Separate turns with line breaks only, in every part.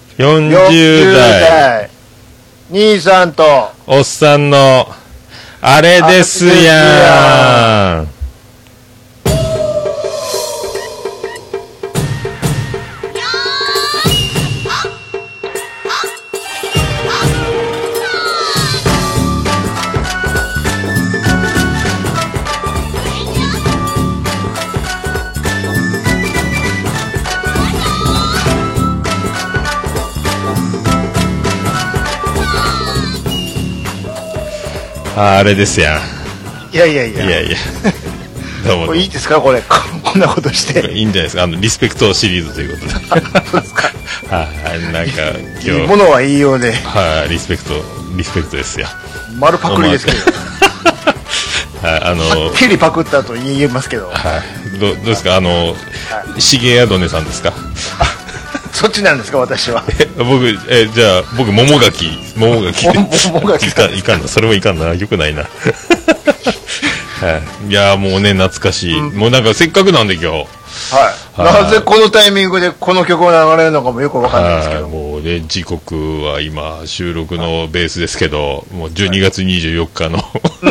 40代兄さんと
おっさんのあれですやん。あれですやん。
いやいやいや
いやいやどうも
これいいですかこれこんなことして
いいんじゃないですか。リスペクトシリーズということで
そうですか
はいなんか今日
いいものは言いようで
はいリスペクトですよ。
丸パクリですけど
はい
はっきりパクったと言えますけど
はいどうですかシゲヤドネさんですか。
そっちなんですか私は
じゃあ僕桃柿
桃柿
いかんなそれもいかんなよくないなはい、いやもうね懐かしい、もうなんかせっかくなんで今日
はいなぜこのタイミングでこの曲を流れるのかもよくわかんないですけど
もうね時刻は今収録のベースですけどもう12月24日の、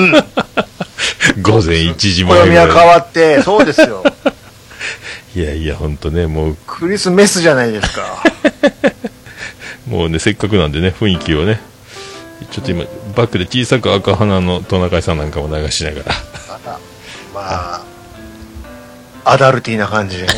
午前1時前ぐらい
暦は変わってそうですよ
いやいや本当ねもう
クリスメスじゃないですか
もうねせっかくなんでね雰囲気をねちょっと今バックで小さく赤花のトナカイさんなんかも流しながら
まあアダルティーな感じでね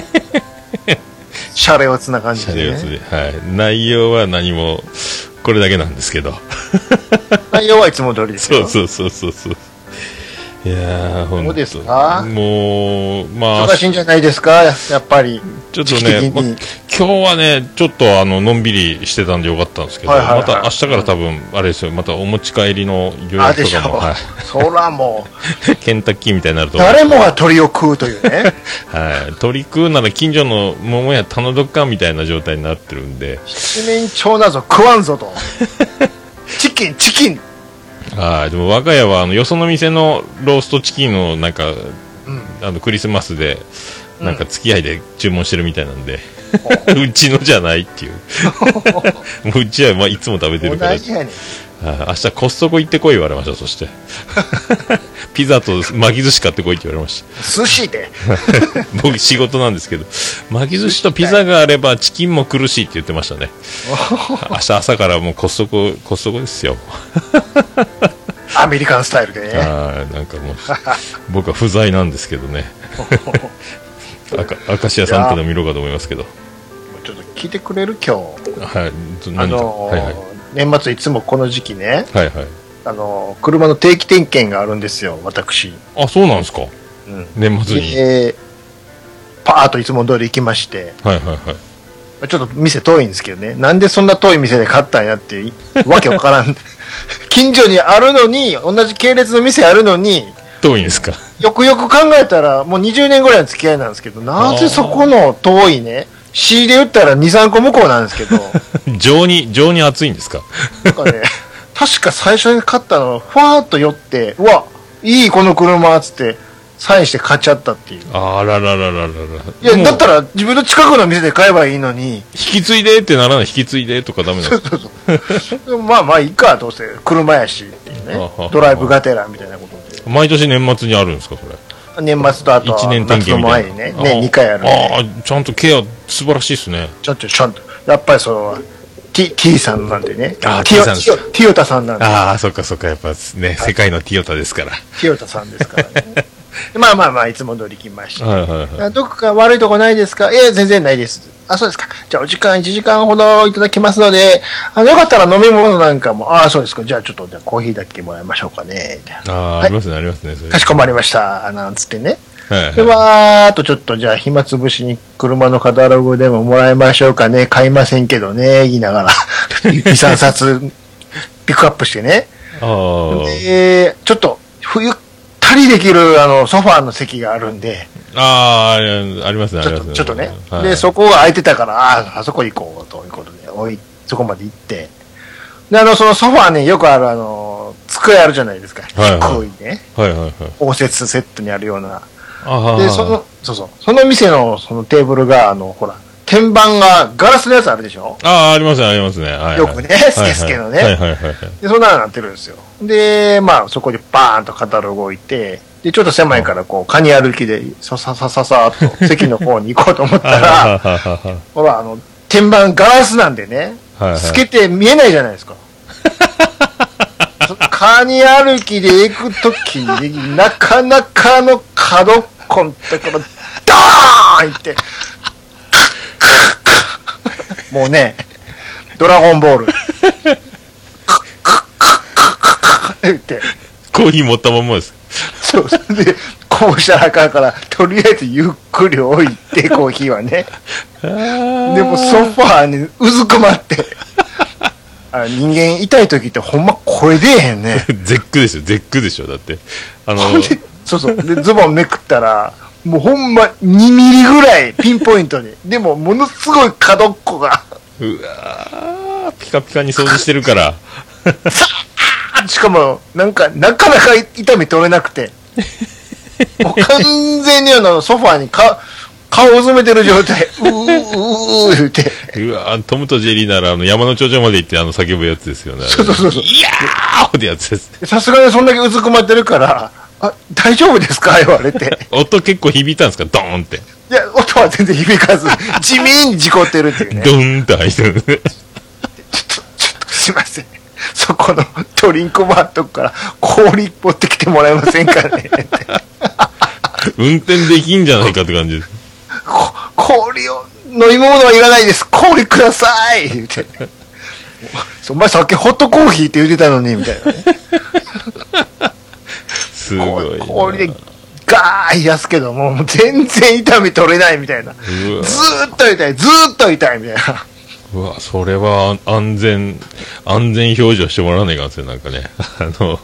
シャレオツな感じでね
はい、内容は何もこれだけなんですけど
内容はいつも通りですよ
そういやーほんと
そうですか
もうまあ
忙しいんじゃないですかやっぱり
ちょっとね、今日はねちょっとのんびりしてたんでよかったんですけど、また明日から多分あれですよまたお持ち帰りの予約とかも
そらも
うケンタッキーみたいになると
誰もが鳥を食うというね
はい鳥食うなら近所の桃屋頼どっかみたいな状態になってるんで
七面鳥なぞ食わんぞとチキン
でも我が家はよその店のローストチキンのなんか、クリスマスでなんか付き合いで注文してるみたいなんで、うちのじゃないっていうもううちはまあいつも食べてるから
同じやねん
明日コストコ行ってこい言われました。そしてピザと巻き寿司買ってこいって言われました
寿司で
僕仕事なんですけど巻き寿司とピザがあればチキンも来るしって言ってましたね明日朝からもうコストコですよ
アメリカンスタイルでね
なんかもう僕は不在なんですけどね明石家さんとの見ろかと思いますけど
ちょっと聞いてくれる今日
はい
年末いつもこの時期ね
はい
車の定期点検があるんですよ私
そうなんですか、年末に
パーッといつも通り行きまして
ち
ょっと店遠いんですけどねなんでそんな遠い店で買ったんやってわけわからん近所にあるのに同じ系列の店あるのに
遠いんですか
よくよく考えたらもう20年ぐらいの付き合いなんですけどなぜそこの遠いね仕入れ打ったら 2,3 個向こうなんですけど
情に熱いんですか
なんかね確か最初に買ったのふわーっと寄ってうわいいこの車っつってサインして買っちゃったっていう
あらららららら
いやだったら自分の近くの店で買えばいいのに
引き継いでってならない引き継いでとかダメなんですか
そうまあいいかどうせ車やしっていうねドライブがてらみたいなことで
毎年年末にあるんですかそれ
年末とあと
1年点検みたいな
夏の前にね2回あるんで
ちゃんとケア素晴らしいですね
ちゃんとやっぱりT さんなんでねティヨタさんなんで
そっかやっぱね世界のティヨタですから
ティヨタさんですからねまあいつも通り来ました、どこか悪いとこないですか全然ないですそうですかじゃあお時間1時間ほどいただきますのでよかったら飲み物なんかもそうですかじゃあちょっとコーヒーだけもらいましょうかね
ありますねありますね
かしこまりましたなんつってねであとちょっとじゃあ暇つぶしに車のカタログでももらいましょうかね買いませんけどね言いながら 2,3 冊ピックアップしてねちょっとゆったりできるソファーの席があるんで
ありますね
ちょっとね、でそこが空いてたからあそこ行こうということでそこまで行ってでそのソファーねよくある机あるじゃないですか、低いね、応接セットにあるようなでその店のそのテーブルがほら天板がガラスのやつあるでしょ。
ありますね、ありますね。はいはい、
よくね、スケスケのね。
はいはいはい。
で、そんなのなってるんですよ。で、まあ、そこでバーンとカタログ置いて、で、ちょっと狭いから、こう、カニ歩きで、さーっと席の方に行こうと思ったら、ほら、天板ガラスなんでね、透けて見えないじゃないですか。カニ歩きで行くときに、なかなかの角っこのところ、ドーンいって、もうね、ドラゴンボール。言って。
コーヒー持ったままです。
そう。で、こうしたらあかんから、とりあえずゆっくり置いて、コーヒーはね。でもソファーにうずくまって。人間痛い時ってほんま声出えへんね。
絶句ですよ、絶句でしょ、だって。
そうそう。で、ズボンめくったら、もうほんま2ミリぐらいピンポイントに。でもものすごい角っこが。
うわー、ピカピカに掃除してるから。
しかも、なかなか痛み取れなくて。もう完全にソファーに顔をうずめてる状態。言うて。
うわトムとジェリーなら山の頂上まで行って叫ぶやつですよね。
そう。
いやーってやつです。
さすがにそんだけうずくまってるから、大丈夫ですか言われて。
音結構響いたんですかドーンって。
いや、音は全然響かず、地味に事故ってるっていうね。
ドーンって入ってる。ちょっ
とすいません。そこのドリンクバーのとこから氷持ってきてもらえませんかね
運転できんじゃないかって感じです。
氷を、飲み物はいらないです。氷ください言うて。お前さっきホットコーヒーって言ってたのに、みたいなね。
すごい。
氷でガーッ冷やすけども、全然痛み取れないみたいな。ずーっと痛いみたいな。
うわ、それは安全表情してもらわないかんですよ、なんかね。そう。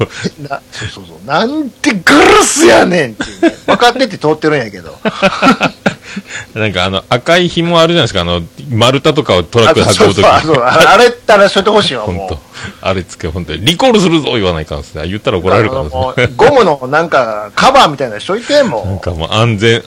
なんてガラスやねんっていうね。分かってて通ってるんやけど。 なんか赤い紐あるじゃないですか、丸太とかをトラックで運ぶとき。
あれったらしといてほしいわ、もう。
あれつけ、本当に。リコールするぞ言わないかんですね。言ったら怒られるかも
ですね。ゴムのなんか、カバーみたいなのしといて、もう。
なんかもう安全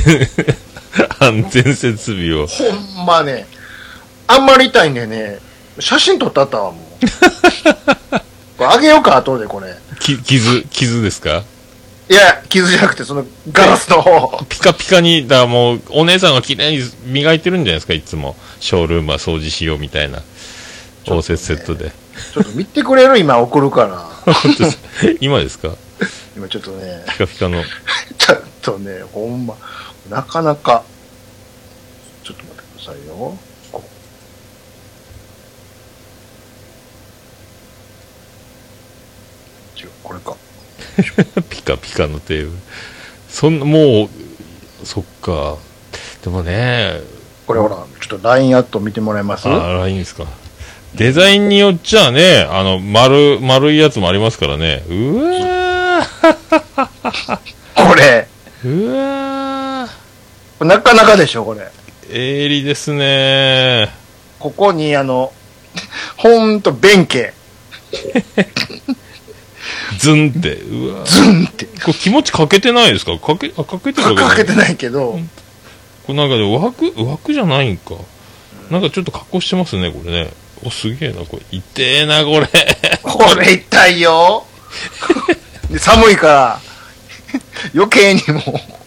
設備を。
ほんまね。あんまり痛いんでね、写真撮ったったわ、もう。これあげようか、後でこれ。
傷ですか？
いや、傷じゃなくて、そのガラスの方。
ピカピカに、だからもう、お姉さんが綺麗に磨いてるんじゃないですか、いつも。ショールームは掃除しようみたいな。応接セットで。
ちょっと見てくれる？今送るから。
今ですか？
今ちょっとね。
ピカピカの。
ちょっとね、ほんま、なかなか。ちょっと待ってくださいよ。これか。
ピカピカのテーブル。もう、そっか。でもね。
これほら、ちょっと LINE アット見てもらえます？
LINE ですか。デザインによっちゃね、丸いやつもありますからね。うわー
これ。
うわ
ーなかなかでしょ、これ。
鋭利ですね。
ここにほんと弁慶。
ズンって、うわ
ズンって。
これ気持ちかけてないですか？かけてるわけ
かけてないけど。
これなんかで枠じゃないんか。なんかちょっと加工してますね、これね。お、すげえな、これ。痛えな、これ。
これ痛いよ。で寒いから、余計にも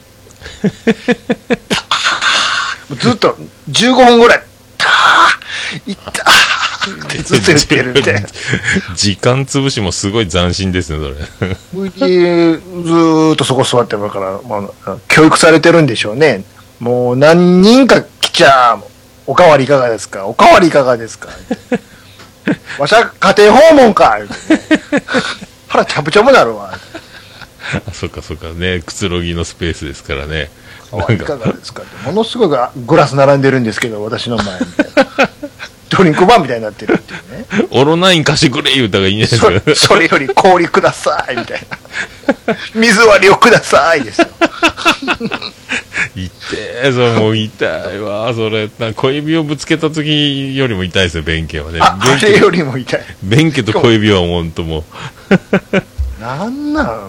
うずっと15分ぐらい、痛ってずっと言ってるみたいな。
時間潰しもすごい斬新ですね、それ。
うちずーっとそこ座ってるから、まあ、教育されてるんでしょうね。もう何人か来ちゃおかわりいかがですか？おかわりいかがですか？わしゃ家庭訪問か言うてね。腹ちゃぶちゃぶなるわ。
あ、そっかそっかね、くつろぎのスペースですからね。
いかがですかって、ものすごいグラス並んでるんですけど、私の前みたいな。ドリンクバーみたいになってるっていうね。
オロナイン貸してくれ言うたがいいんじゃないですか。
それより氷くださいみたいな。水割りをくださいですよ。
痛えぞ、もう痛いわ、それ。小指をぶつけた時よりも痛いですよ、弁慶はね。
あれよりも痛い。
弁慶と小指はほんともう。
なんなん、も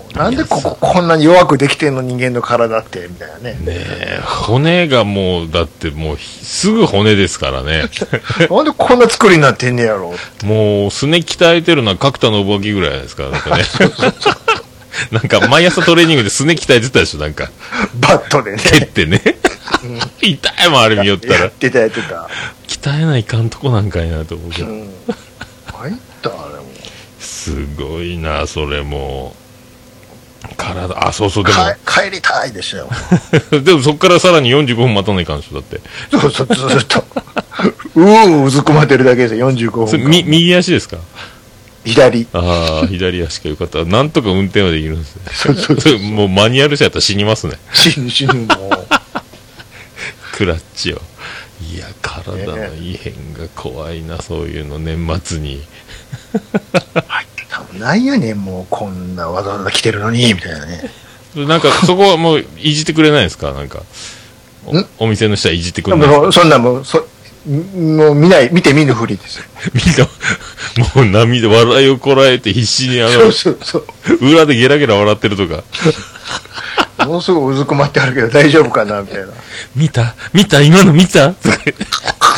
なんでこんなに弱くできてんの人間の体ってみたいなね。
ねえ、骨がもうだってもうすぐ骨ですからね。
なんでこんな作りになってんねやろ。
もうすね鍛えてるのは角田信明ぐらいですからなんかね。なんか毎朝トレーニングですね鍛えてたでしょなんか。
バットでね。
蹴ってね。痛いもんあれ見よったら。
やってた。
鍛えないかんとこなんかいなと思うけど。
入ったあれも。
すごいなそれも。体、あ、そうそう、でも。
帰りたいでしょ。
でもそっからさらに45分待たないかんでしょ、だって。
そうずっと。うずくまってるだけですよ、45分間。
右足ですか？
左。
ああ、左足かよかった。なんとか運転はできるんですね。
そう
もうマニュアル車やったら死にますね。
死ぬもう。
クラッチを。いや、体の異変が怖いな、そういうの、年末に。
多分ないよね、もうこんなわざわざ来てるのに、みたいなね。
なんか、そこはもう、いじってくれないですかなんか。お店の人はいじってくれないですか？
そんなもう見て見ぬふりですよ。
みんな、もう涙、笑いをこらえて必死に
そう
裏でゲラゲラ笑ってるとか。
ものすごいうずくまってあるけど大丈夫かなみたいな。
見た今の見たとか言って。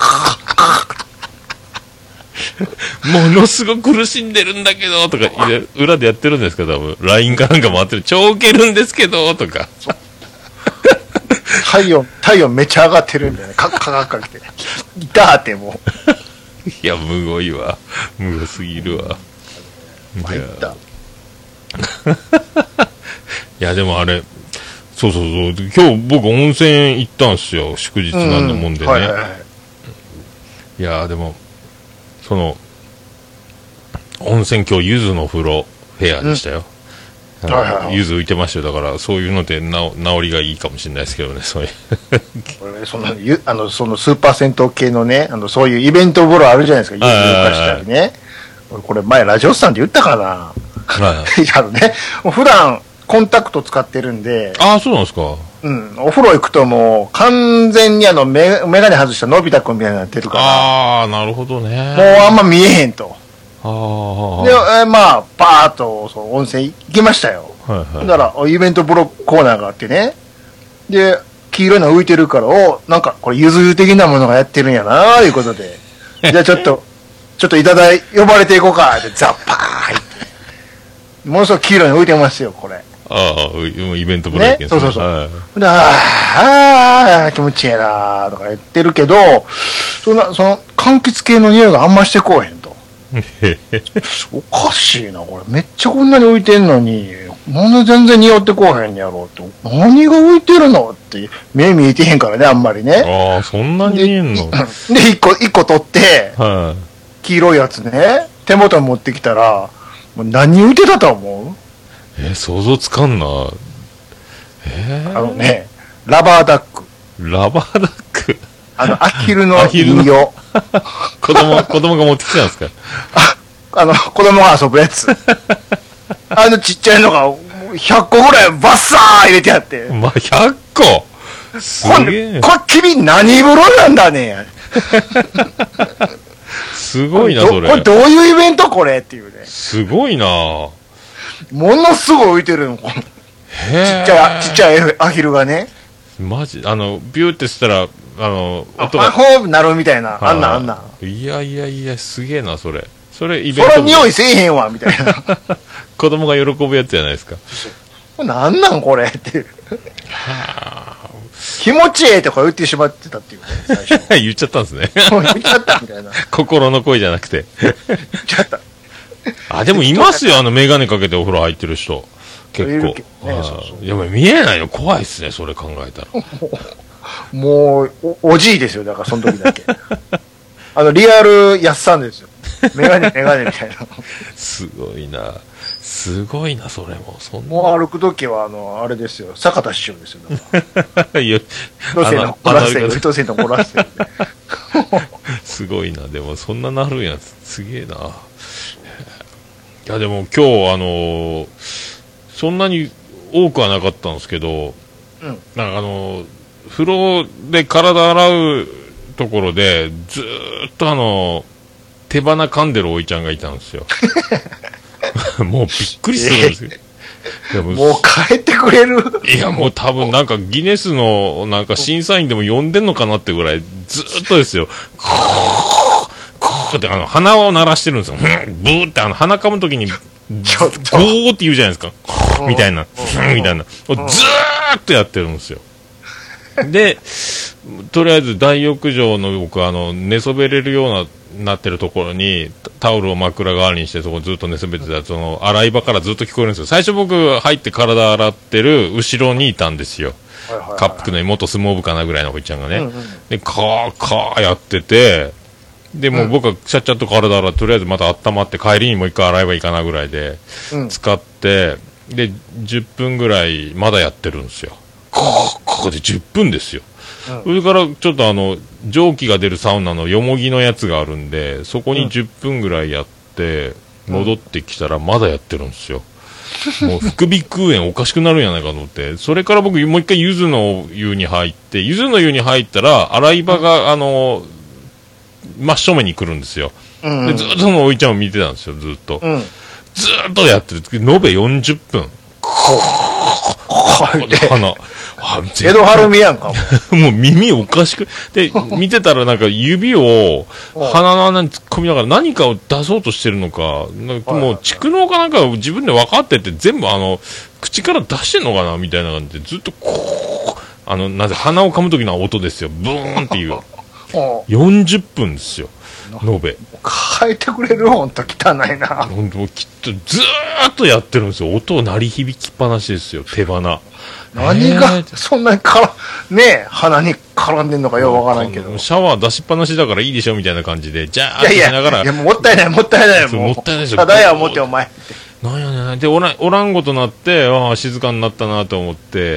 ものすごく苦しんでるんだけどとか裏でやってるんですか多分 LINE かなんか回ってる超ウケるんですけどとか
体温めっちゃ上がってるんだよね。カッ来ていたーっても
ういやむごいわむごすぎるわ
参ったい
やでもあれそう今日僕温泉行ったんすよ祝日なんだもんでね、いやでもその温泉今日柚子の風呂フェアでしたよ、柚子浮いてましたよだからそういうので治りがいいかもしれないですけどねそういう
そのスーパー銭湯系のねそういうイベント風呂あるじゃないですか柚子浮かしたりねこれ前ラジオスさんで言ったかなねもう普段コンタクト使ってるんで
ああそうなんですか
お風呂行くともう完全にメガネ外したのび太くんみたいになってるから
ああなるほどね
もうあんま見えへんとでまあバーッと温泉行きましたよ、だからイベントブロックコーナーがあってねで黄色いの浮いてるからなんかこれゆず湯的なものがやってるんやなーいうことでじゃあちょっと呼ばれていこうかってザッパー入ってものすごく黄色いの浮いてますよこれ
イベントブロック
そう気持ちいいなーとか言ってるけどその柑橘系の匂いがあんましてこうへんとおかしいなこれめっちゃこんなに浮いてんのになんで全然匂ってこうへんやろって何が浮いてるのって目見えてへんからねあんまりね
ああそんなに見えんの
で一個取って、黄色いやつね手元に持ってきたらもう何浮いてたと思う
想像つかんな
ラバーダックアヒルの人形
子供が持ってきたんですか
子供が遊ぶやつちっちゃいのが100個ぐらいバッサー入れてあって
100個すげえ
これ君何風呂なんだね
すごいなそれ
これどういうイベントこれっていうね
すごいな
ものすごい浮いてるのちっちゃいアヒルがね
マジビューってしたら
音がホーなるみたいなあんない
やすげえなそれイ
ベントそれ匂いせえへんわみたいな
子供が喜ぶやつじゃないですか
なんなんこれっていう気持ちええとか言ってしまってたっていうね最初
言っちゃったんですね
言っちゃったみたいな
心の声じゃなくて
言っちゃった
でもいますよメガネかけてお風呂入ってる人結構でも見えないの怖いっすねそれ考えたら
もうおじいですよだからその時だけリアルやっさんですよメガネみたいな
すごいなそれも
もう歩く時はあれですよ坂田師匠ですよだから
いや
人生の凝らせて
すごいなでもそんななるんやすげえないやでも今日そんなに多くはなかったんですけど、なんか風呂で体洗うところでずーっと手鼻噛んでるおいちゃんがいたんですよもうびっくりするんですよ
もう帰ってくれる。
いや、もう多分なんかギネスのなんか審査員でも呼んでんのかなってぐらい、ずーっとですよ。クーって鼻を鳴らしてるんですよ。ブーって鼻噛むときに、ゴーって言うじゃないですか。みたいな。みたいな。ずーっとやってるんですよ。で、とりあえず大浴場の僕寝そべれるようななってるところにタオルを枕代わりにしてそこずっと寝そべってたその洗い場からずっと聞こえるんですよ。最初僕入って体洗ってる後ろにいたんですよ。カップの元相撲部かなぐらいのおいちゃんがね、でカーカーやってて、でもう僕はちゃっちゃっと体洗ってとりあえずまた温まって帰りにもう一回洗えばいいかなぐらいで使って、で10分ぐらいまだやってるんですよ。ここで10分ですよ。それからちょっと蒸気が出るサウナのよもぎのやつがあるんでそこに10分ぐらいやって戻ってきたらまだやってるんですよ。もう副鼻腔炎おかしくなるんじゃないかと思って、それから僕もう一回柚子の湯に入って柚子の湯に入ったら洗い場が真正面に来るんですよ。でずっとそのおいちゃんを見てたんですよ。ずっと、ずっとやってる延べ40分鼻
江戸晴美やんか
もう耳おかしくで見てたらなんか指を鼻の穴に突っ込みながら何かを出そうとしてるのか、なんかもう蓄膿かなんか自分で分かってて全部口から出してんのかなみたいな感じでずっとこうなぜ鼻を噛む時の音ですよ。ブーンっていう40分ですよ延べ。
変えてくれる。ほんと汚いな。
ほんときっとずーっとやってるんですよ。音鳴り響きっぱなしですよ。手鼻
何がそんなに鼻に絡んでんのかよくわからんけど、
シャワー出しっぱなしだからいいでしょみたいな感じでじゃあってしながら、
いやもったいないもったいないも
もったいないですよ。
ただや思ってお前
なんやねんでおらんごとなって静かになったなと思って、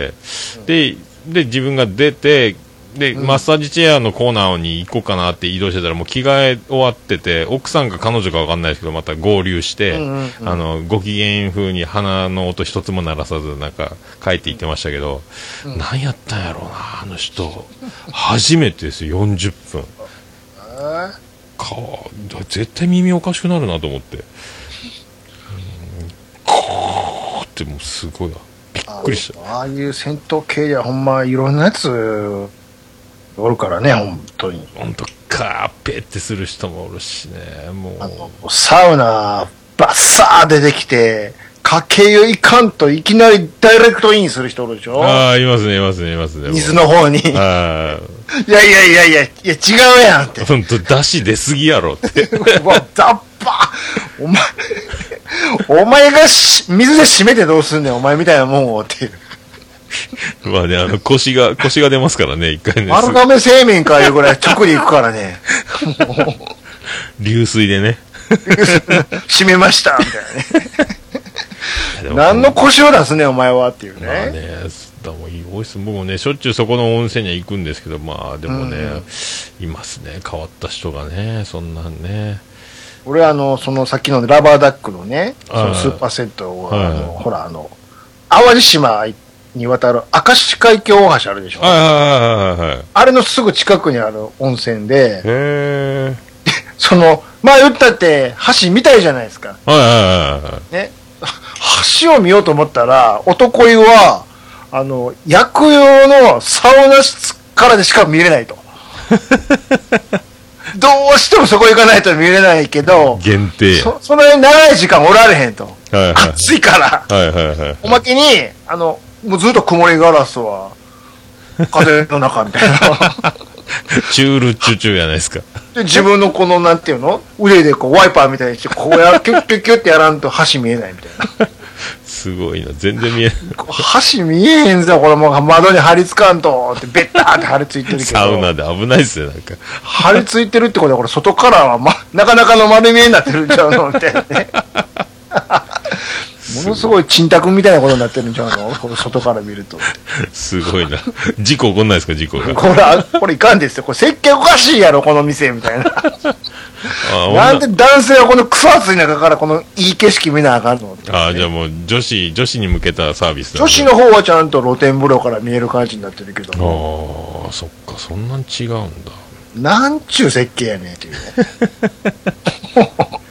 で自分が出てで、マッサージチェアのコーナーに行こうかなって移動してたらもう着替え終わってて奥さんか彼女か分かんないですけどまた合流して、ご機嫌風に鼻の音一つも鳴らさずなんか帰っていってましたけど、何やったんやろうなあの人初めてですよ40分絶対耳おかしくなるなと思ってってもうすごいわびっくりした。
ああいう戦闘系ではほんまいろんなやつおるからね、本当に。
本当カーペってする人もおるしね、もう。
サウナ、バッサー出てきて、かけ湯いかんといきなりダイレクトインする人おるでしょ。
ああ、いますね、いますね、いますね。
水の方に。
ああ。
いや、違うやんって。
ほんと、出汁出すぎやろって。
うわ、ザッパお前が水で締めてどうすんねん、お前みたいなもんをっていう。
まあね、腰が出ますからね、一回ね。
丸亀製麺かいうぐらい直に行くからね。
流水でね。
締めました、みたいなね。何の腰を出すねん、お前はっていうね。
まあね、僕もね、しょっちゅうそこの温泉には行くんですけど、まあでもね、いますね、変わった人がね、そんなんね。
俺そのさっきのラバーダックのね、そのスーパー銭湯は、ほら淡路島に渡る明石海峡大橋あるでしょ。あれのすぐ近くにある温泉で、まあ言ったって橋見たいじゃないですか。ね、橋を見ようと思ったら男湯は薬用のサウナ室からでしか見れないと。どうしてもそこ行かないと見れないけど、
限定
その辺長い時間おられへんと。暑いから。おまけにもうずっと曇りガラスは風の中みたいな。
チュールチュチュやないですか。
で自分のこのなんていうの腕でこうワイパーみたいにしてこうキュッキュッキュッってやらんと橋見えないみたいな。
すごいな、全然見えない。
橋見えへんぞこれ、もう窓に張り付かんとってベッターって張り付いてるけど。
サウナで危ないっすよなんか。
張り付いてるってことはこれ外からはなかなかの丸見えになってるんちゃうのみたいなね。ものすごい沈託みたいなことになってるんちゃうのこれ外から見ると。
すごいな。事故起こんないですか、事故が。
これいかんですよ。これ設計おかしいやろこの店みたいな。なんで男性はこの草暑い中からこのいい景色見なあかんのって、ね。
じゃあもう女子に向けたサービスだ、ね。
女子の方はちゃんと露天風呂から見える感じになってるけども。
そっか、そんなん違うんだ。
なんちゅう設計やねんっていうね。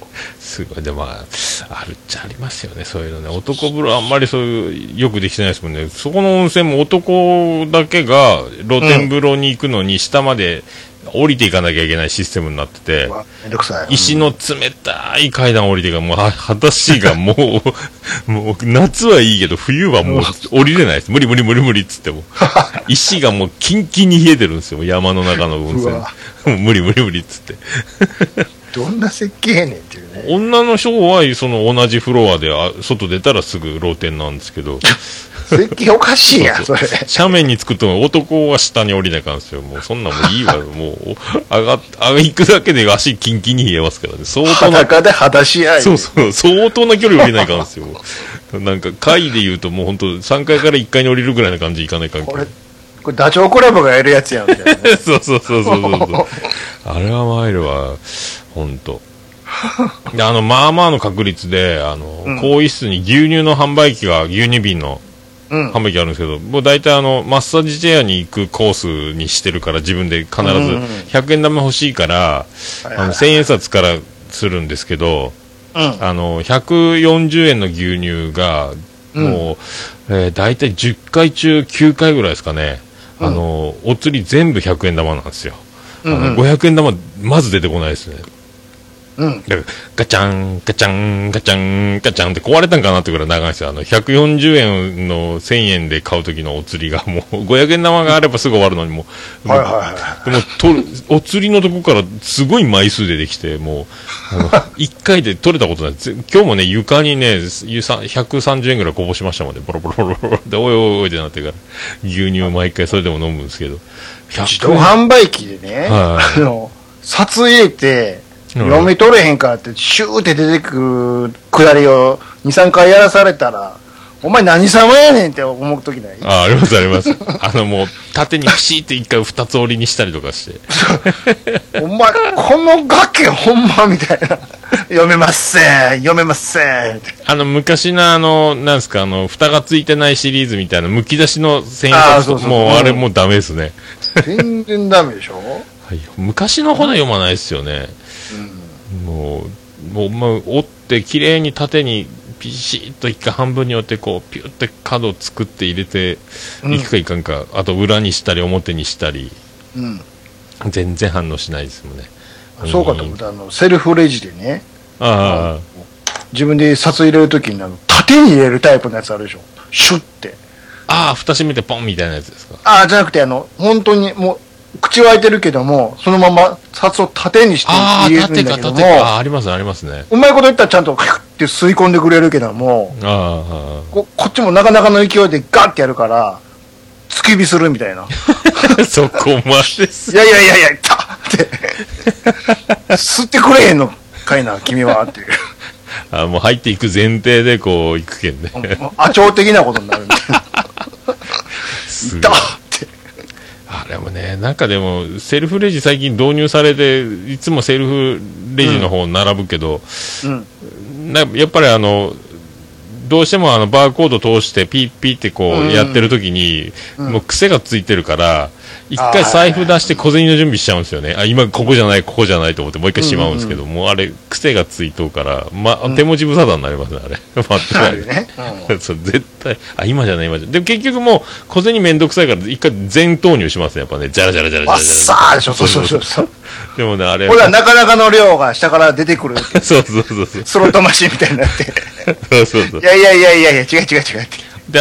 すごい。でも、あるっちゃありますよね、そういうのね。男風呂あんまりそういう、よくできてないですもんね。そこの温泉も男だけが露天風呂に行くのに下まで降りていかなきゃいけないシステムになってて、
めんどくさい。
石の冷たい階段降りてが、もう、裸足がもう、もう、夏はいいけど、冬はもう降りれないです。無理無理無理無理っつっても。石がもうキンキンに冷えてるんですよ、山の中の温泉。もう無理無理無理っつって。
どんな設計やねんっていうね。
女の人は、その同じフロアで、外出たらすぐ露天なんですけど。
設計おかしいやん、それ。
斜面につくと男は下に降りなあかんですよ。もうそんなんもういいわ。もう、行くだけで足キンキンに冷えますからね。相当な。
裸で裸足合い。
そうそう、相当な距離降りないかんですよ。なんか階で言うともう本当3階から1階に降りるぐらいな感じいかないかんけど。
これダチョウ倶楽部がやるやつやんみたいな、ね。
そうそうそうそうそうあれは参るわ。本当。で、まあまあの確率で、更衣室に牛乳の販売機が、牛乳瓶の、販売機あるんですけど、もう大体マッサージチェアに行くコースにしてるから自分で必ず100円玉欲しいから、1000円札からするんですけど、140円の牛乳が、もう、大体10回中9回ぐらいですかね、お釣り全部100円玉なんですよ。500円玉まず出てこないですね。だからガチャンガチャンガチャンガチャンって壊れたんかなってぐらい長いですよ。140円の1000円で買う時のお釣りがもう500円玉があればすぐ終わるのにもう、でもお釣りのとこからすごい枚数でできて、もう1回で取れたことない。今日もね、床にね130円ぐらいこぼしましたもんね。ボロボロボロボロでおいおいおいってなってから牛乳を毎回それでも飲むんですけど、
自動販売機でね、札入れて読み取れへんからってシューって出てくるくだりを 2,3 回やらされたら、お前何様やねんって思うときない？
ありますあります。もう縦にピシーって1回2つ折りにしたりとかして
お前この崖ほんまみたいな読めません読めませんって
昔のなんですか、蓋がついてないシリーズみたいなむき出しの繊維冊とかもうあれもうダメですね。
全然ダメでしょ。
はい、昔のほど読まないですよね。もう折って綺麗に縦にピシッと一回半分に折ってこうピュッて角を作って入れていくかいかんか、あと裏にしたり表にしたり、全然反応しないですもんね。
そうかと思ったらセルフレジでね、自分で札入れるときに縦に入れるタイプのやつあるでしょ。シュッて
蓋閉めてポンみたいなやつですか。
じゃなくて本当にもう口は開いてるけども、そのまま札を縦にして入れるんだけども、
ありますありますね。
うまいこと言ったらちゃんとクッて吸い込んでくれるけども、こっちもなかなかの勢いでガッてやるから突き火するみたいな。
そこまで
いやたって吸ってくれへんのかいな君はっていう。
もう入っていく前提でこう行くけんね。
アチョウ的なことになるみたいな。いた
でもね、なんかでもセルフレジ最近導入されていつもセルフレジの方並ぶけど、やっぱりどうしてもバーコード通してピッピッってこうやってる時に、もう癖がついてるから一回財布出して小銭の準備しちゃうんですよね。今ここじゃないここじゃないと思ってもう一回しまうんですけど、もうあれ癖がついとうから、手持ち無沙汰になりますねあれ。待ってないね。そう絶対今じゃない今じゃでも結局もう小銭めんどくさいから一回全投入しますねやっぱね。ジャラジャラジャラジャラジャラ。
わっさーでしょ。そう
でもねあれ。
これはなかなかの量が下から出てくる。
そう
スロットマシンみたいになって。
そう。
いや違うって。
で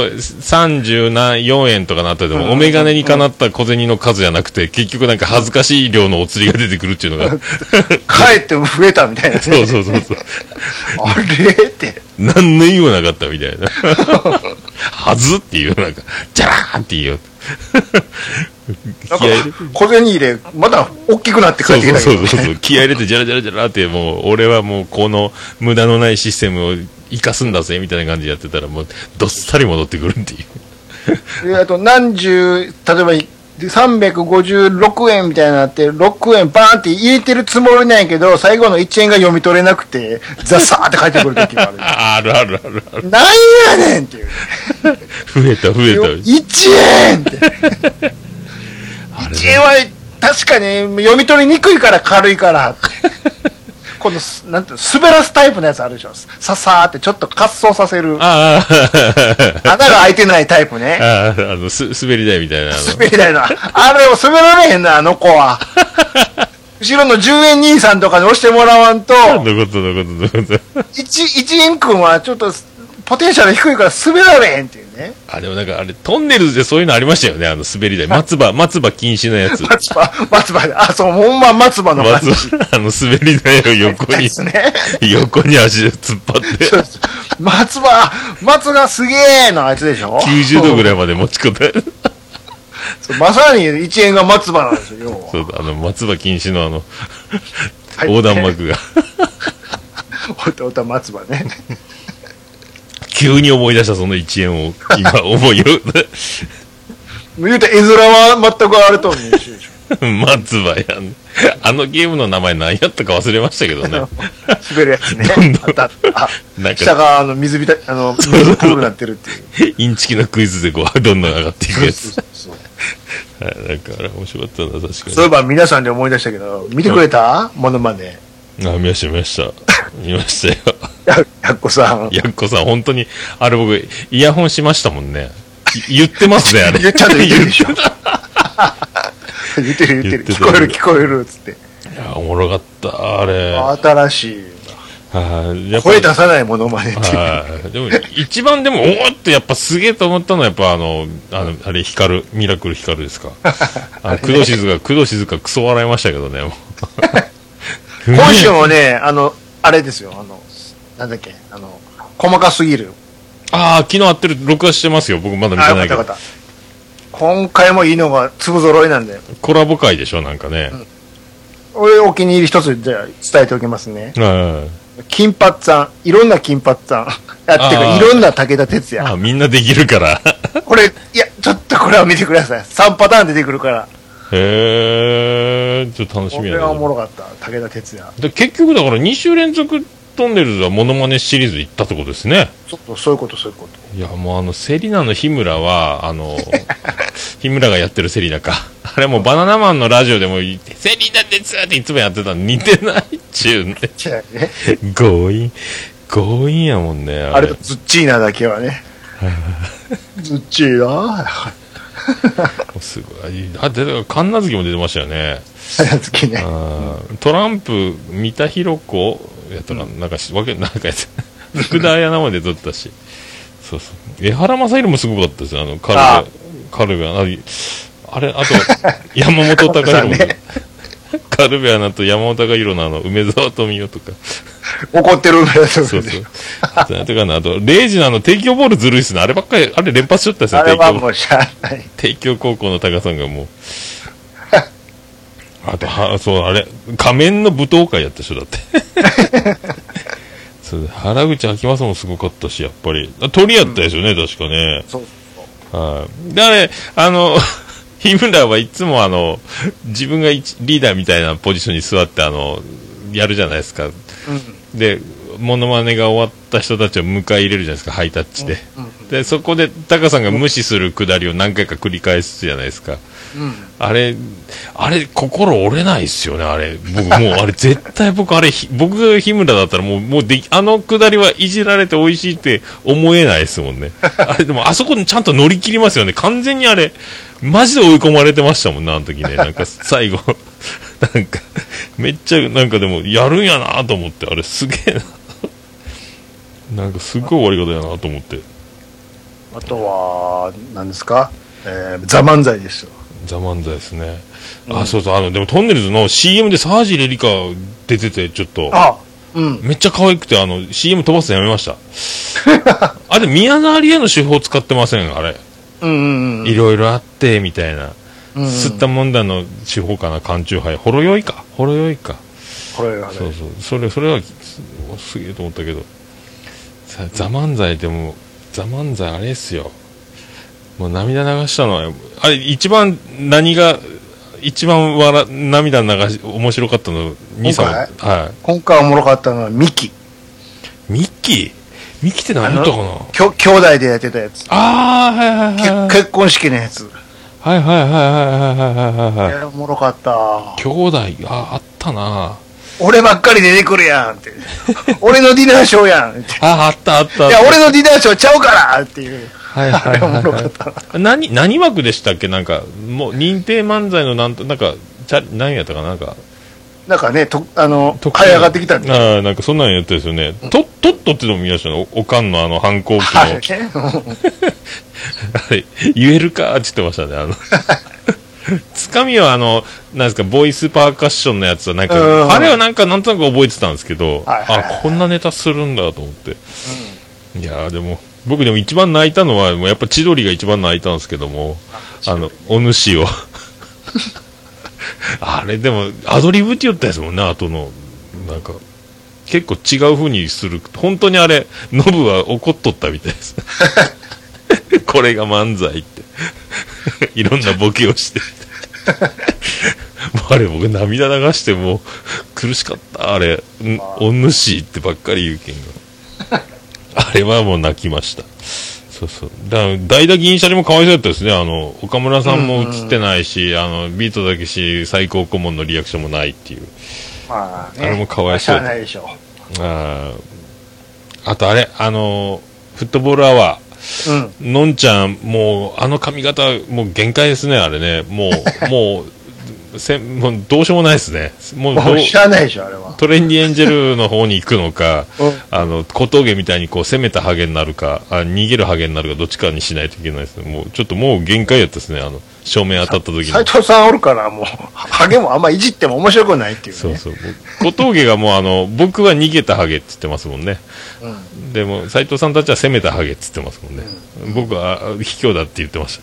34円とかなったでも、お眼鏡にかなった小銭の数じゃなくて、結局なんか恥ずかしい量のお釣りが出てくるっていうのが
かえって増えたみたいな、ね、
そう
あれって
何の意味もなかったみたいなはずっていうなんかジャラーンっていう
なんか小銭入れまだ大きくなって帰ってきたけど、
そう気合入れてジャラジャラジャラってもう俺はもうこの無駄のないシステムを生かすんだぜみたいな感じでやってたらもうどっさり戻ってくるっていう
あと何十例えば356円みたいになって6円バーンって入れてるつもりなんやけど最後の1円が読み取れなくてザサーって返ってくる時がある
ある
なんやねんっていう
増えた
1円って1円は確かに読み取りにくいから軽いからってこの、なんていうの、滑らすタイプのやつあるでしょ。ささーってちょっと滑走させる。
あ
穴が開いてないタイプね。
滑り台みたいな。
滑り台の。あれを滑られへんな、あの子は。後ろの10円兄さんとかに押してもらわんと。
どういうこと
1円くんはちょっと、ポテンシャル低いから滑られへんっていうね。
でもなんかトンネルズでそういうのありましたよね、滑り台。松葉禁止のやつ。
松葉で、そう、ほんま松葉の感じ。
滑り台を横に、横に足で突っ張って。
松がすげえのあいつでしょ
?90 度ぐらいまで持ちこたえる。
まさに1円が松葉なんですよ。
そう、松葉禁止の横断幕が。
おた松葉ね。
急に思い出したその1円を今思いを
言うて絵面は全くあれと同じでしょ。
松葉やん。あのゲームの名前何やったか忘れましたけどね。
滑るやつね。
なんか
下が水プールになってるっていう。
インチキのクイズでこうどんどん上がっていくやつ。なんかあれ面白かったな、確かに。
そういえば皆さんで思い出したけど、見てくれたモノマネ。
見ました。見ましたよ。
やっこさん。
やっこさん、本当に、あれ僕、イヤホンしましたもんね。言ってますね、あれ。
ちゃんと言ってるでしょ。言ってる。聞こえる、つって。
いや、おもろかった、あれ。
新しい。声出さないモノマネっていう。
でも、一番でも、おーってやっぱすげえと思ったのは、やっぱあれ、ミラクル光ですか。工藤静香、クソ笑いましたけどね、もう。
今週もね、あれですよ、なんだっけ、細かすぎる。
昨日会ってる、録画してますよ。僕まだ見てないけど。
今回もいいのが粒揃いなんだよ。
コラボ会でしょ、なんかね。
俺、お気に入り一つじゃあ伝えておきますね。金髪さん、いろんな金髪さん。っていうか、いろんな武田鉄矢。
みんなできるから。
これ、いや、ちょっとこれを見てください。3パターン出てくるから。
へー、ちょっと楽しみや
な。これはおもろかった、武田鉄矢。
結局だから2週連続トンネルズはモノマネシリーズ行ったってことですね。
そういうこと。
いや、もうセリナの日村は、日村がやってるセリナか。あれもうバナナマンのラジオでも、セリナですっていつもやってたの似てないっちゅうね。強引やもんね。
あれとズッチーナだけはね。ズッチーナ
すごい。だって、神奈月も出てましたよね。
神奈月ね。
トランプ、三田寛子やったかなんかやつ。福田彩菜まで撮ったし。そう。江原正宏もすごかったですよ。カルベアナ。あれ、あと、山本隆弘も。カルベアナと山本隆弘の梅沢富美男とか。
怒ってる梅沢富
美男。あと、レイジの提供ボールずるいっすね。あればっかり、あれ連発しとったですよ、
あれはもうしゃあない。
帝京高校のタカさんがもう。あと、そう、あれ、仮面の舞踏会やった人だって。原口あきまさもすごかったし、やっぱり。鳥やったですよね、確かね。
そう。
で、あれ、日村はいつも自分がリーダーみたいなポジションに座ってやるじゃないですか。で、モノマネが終わった人たちを迎え入れるじゃないですか、ハイタッチで。で、そこでタカさんが無視するくだりを何回か繰り返すじゃないですか。あれ、心折れないっすよね、あれ。僕、もう、あれ、絶対僕が日村だったらあのくだりはいじられて美味しいって思えないですもんね。あれ、でも、あそこにちゃんと乗り切りますよね。完全にあれ、マジで追い込まれてましたもんね、あの時ね。なんか、最後、なんか、めっちゃ、なんかでも、やるんやなと思って、あれ、すげえな。なんか、すっごい終わり方やなと思って。
あとは、何ですかザ・漫才ですよ。
ザ・漫才ですね。そうそう、でもトンネルズの CM で沢尻エリカ出てて、ちょっと、めっちゃ可愛くて、CM 飛ばすのやめました。あれ、宮沢りえの手法使ってませんあれ。いろいろあって、みたいな。吸ったもんだの手法かな、缶チューハイ。ほろ酔いか。そう。それは、すげえと思ったけど。ザ・漫才でも、ザ・漫才あれっすよ。もう涙流したのは、あれ、一番涙面白かったの、兄さん。はい。
今回おもろかったのは、ミキって
何だったかな
兄弟でやってたやつ。
はい。
結婚式のやつ。
はい。
おもろかった。
兄弟、あったな。
俺ばっかり出てくるやんって。俺のディナーショーやんって。
あったあった。
いや、俺のディナーショーちゃうからっていう。
はいはいはい。何枠でしたっけ？なんか、もう、認定漫才のなんか、何やったかなんか。
なんかね、這い上がってきたんで。
ああ、なんかそんなんやったですよね。トットってのも見ましたね。おかんの反抗期の。あれ、言えるかって言ってましたね。つかみはなんですか、ボイスパーカッションのやつはなんか、あれはなんとなく覚えてたんですけど、こんなネタするんだと思って。いやでも、僕でも一番泣いたのは、もうやっぱ千鳥が一番泣いたんですけども、お主を。あれでもアドリブって言ったやつもんね、後のなんか結構違う風にする、本当にあれノブは怒っとったみたいですこれが漫才っていろんなボケをしてあれ僕涙流してもう苦しかった。あれお主ってばっかり言うけんがあれはもう泣きました。そうそう。代打銀シャリもかわいそうだったですね。岡村さんも映ってないし、ビートだけし、最高顧問のリアクションもないっていう。
まあね、
あれもかわいそう。
ないでしょ。
あとあれ、フットボールアワー。のんちゃん、もう、髪型、もう限界ですね、あれね。もうどうしようもないですね。もう
知らないでしょ、あれは。
トレンディエンジェルの方に行くのか、小峠みたいにこう攻めたハゲになるか、逃げるハゲになるか、どっちかにしないといけないですね。もう限界やったですね。正面当たった時に。
斉藤さんおるから、もう、ハゲもあんまいじっても面白くないっていうね。
そう。小峠がもう僕は逃げたハゲって言ってますもんね。でも、斉藤さんたちは攻めたハゲって言ってますもんね。僕は卑怯だって言ってました。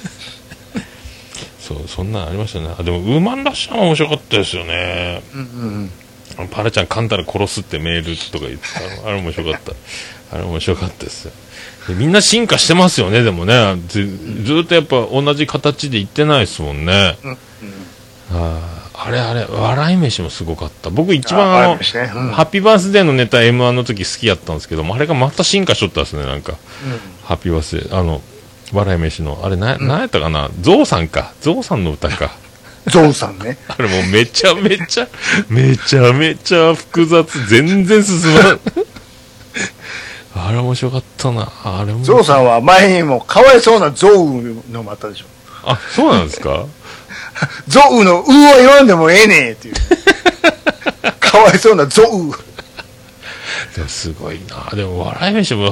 そんなんありましたね。でもウーマンラッシャーも面白かったですよね。パラちゃん噛んだら殺すってメールとか言ってた。あれ面白かった。あれ面白かったですよ。みんな進化してますよね。でもね、ずっとやっぱ同じ形でいってないですもんね。あれ笑い飯もすごかった。僕一番ハッピーバースデーのネタ M1 の時好きやったんですけども、あれがまた進化しとったですね。なんか、ハッピーバースデー笑い飯のあれなんやったかな、ゾウさんの歌か
ゾウさんね。
あれもうめちゃめちゃ複雑、全然進まんあれ面白かったな。あれも
ゾウさんは前にもかわいそうなゾウのもあったでしょ。
あ、そうなんですか
ゾウのは言わんでもええねんっていうかわいそうなゾウ
でもすごいな。でも笑い飯も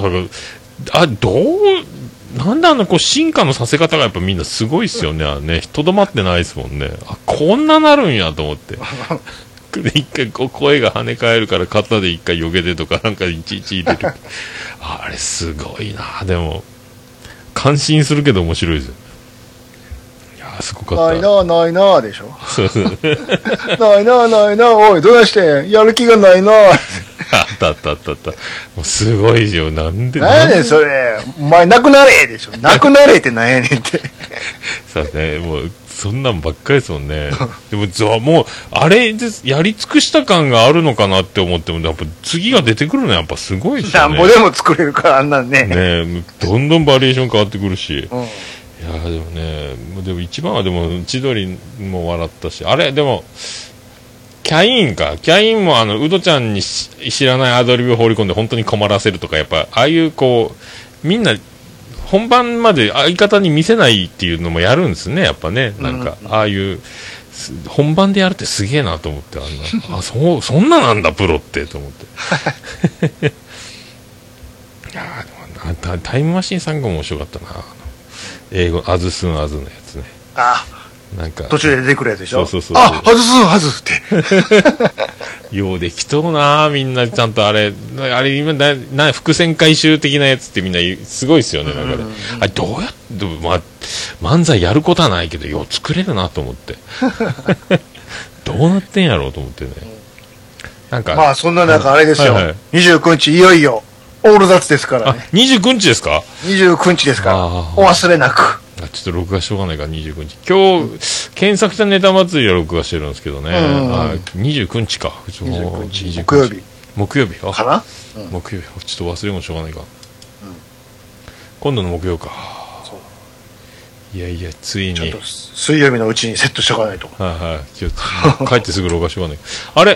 なんでこう進化のさせ方がやっぱみんなすごいっすよね。とどまってないですもんね。こんななるんやと思って一回声が跳ね返るから肩で一回避けてとかなんかいちいち入れるあれすごいな。でも感心するけど面白いですよ。いやすごかった。
ないなでしょないなおいどうしてやる気がないな
あったもうすごいよ。なんで
なんやねんそれ、お前なくなれでしょ。なくなれってなんやねんって
さあね、もうそんなんばっかりですもんねでももうあれでやり尽くした感があるのかなって思っても、やっぱ次が出てくるのはやっぱすごいですよね。
なんぼでも作れるからあんなんね。
どんどんバリエーション変わってくるし、いやでもね、でも一番はでも千鳥も笑ったし、あれでもキャインもウドちゃんに知らないアドリブを放り込んで本当に困らせるとか、やっぱああいうこうみんな本番まで相方に見せないっていうのもやるんですね、やっぱね。なんかああいう本番でやるってすげえなと思って、そんななんだプロってと思っていやでもタイムマシーンさんが面白かったな。英語アズスンアズのやつね。なんか
途中で出てくるやつでしょ。
そう
外すって
ようできとうな。みんなちゃんとあれ今伏線回収的なやつってみんなすごいですよね。なんかね、あれどうやって漫才やることはないけどよう作れるなと思ってどうなってんやろうと思ってね。なんか
まあそんな中あれですよ、29日いよいよオールザッツですからね。
29日ですか。
29日ですからお忘れなく。
ちょっと録画しょうがないから29日。今日、検索したネタ祭りは録画してるんですけどね。29日か。
29日
木曜日
かな、
木曜日。ちょっと忘れもしょうがないか。今度の木曜か。いやついにちょっと
水曜日のうちにセットしとかないと。
帰ってすぐ録画しようがない。あれ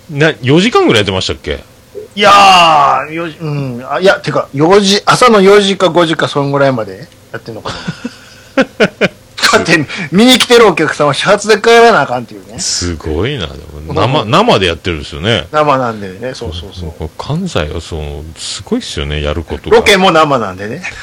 4時間ぐらいやってましたっけ？
いやー、いや、てか、朝の4時か5時かそんぐらいまでやってんのかな。だって、見に来てるお客さんは始発で帰らなあかんっていうね。
すごいな、でも生でやってるんですよね。
生なんでね、そう。
関西はすごいっすよね、やること
が。ロケも生なんでね。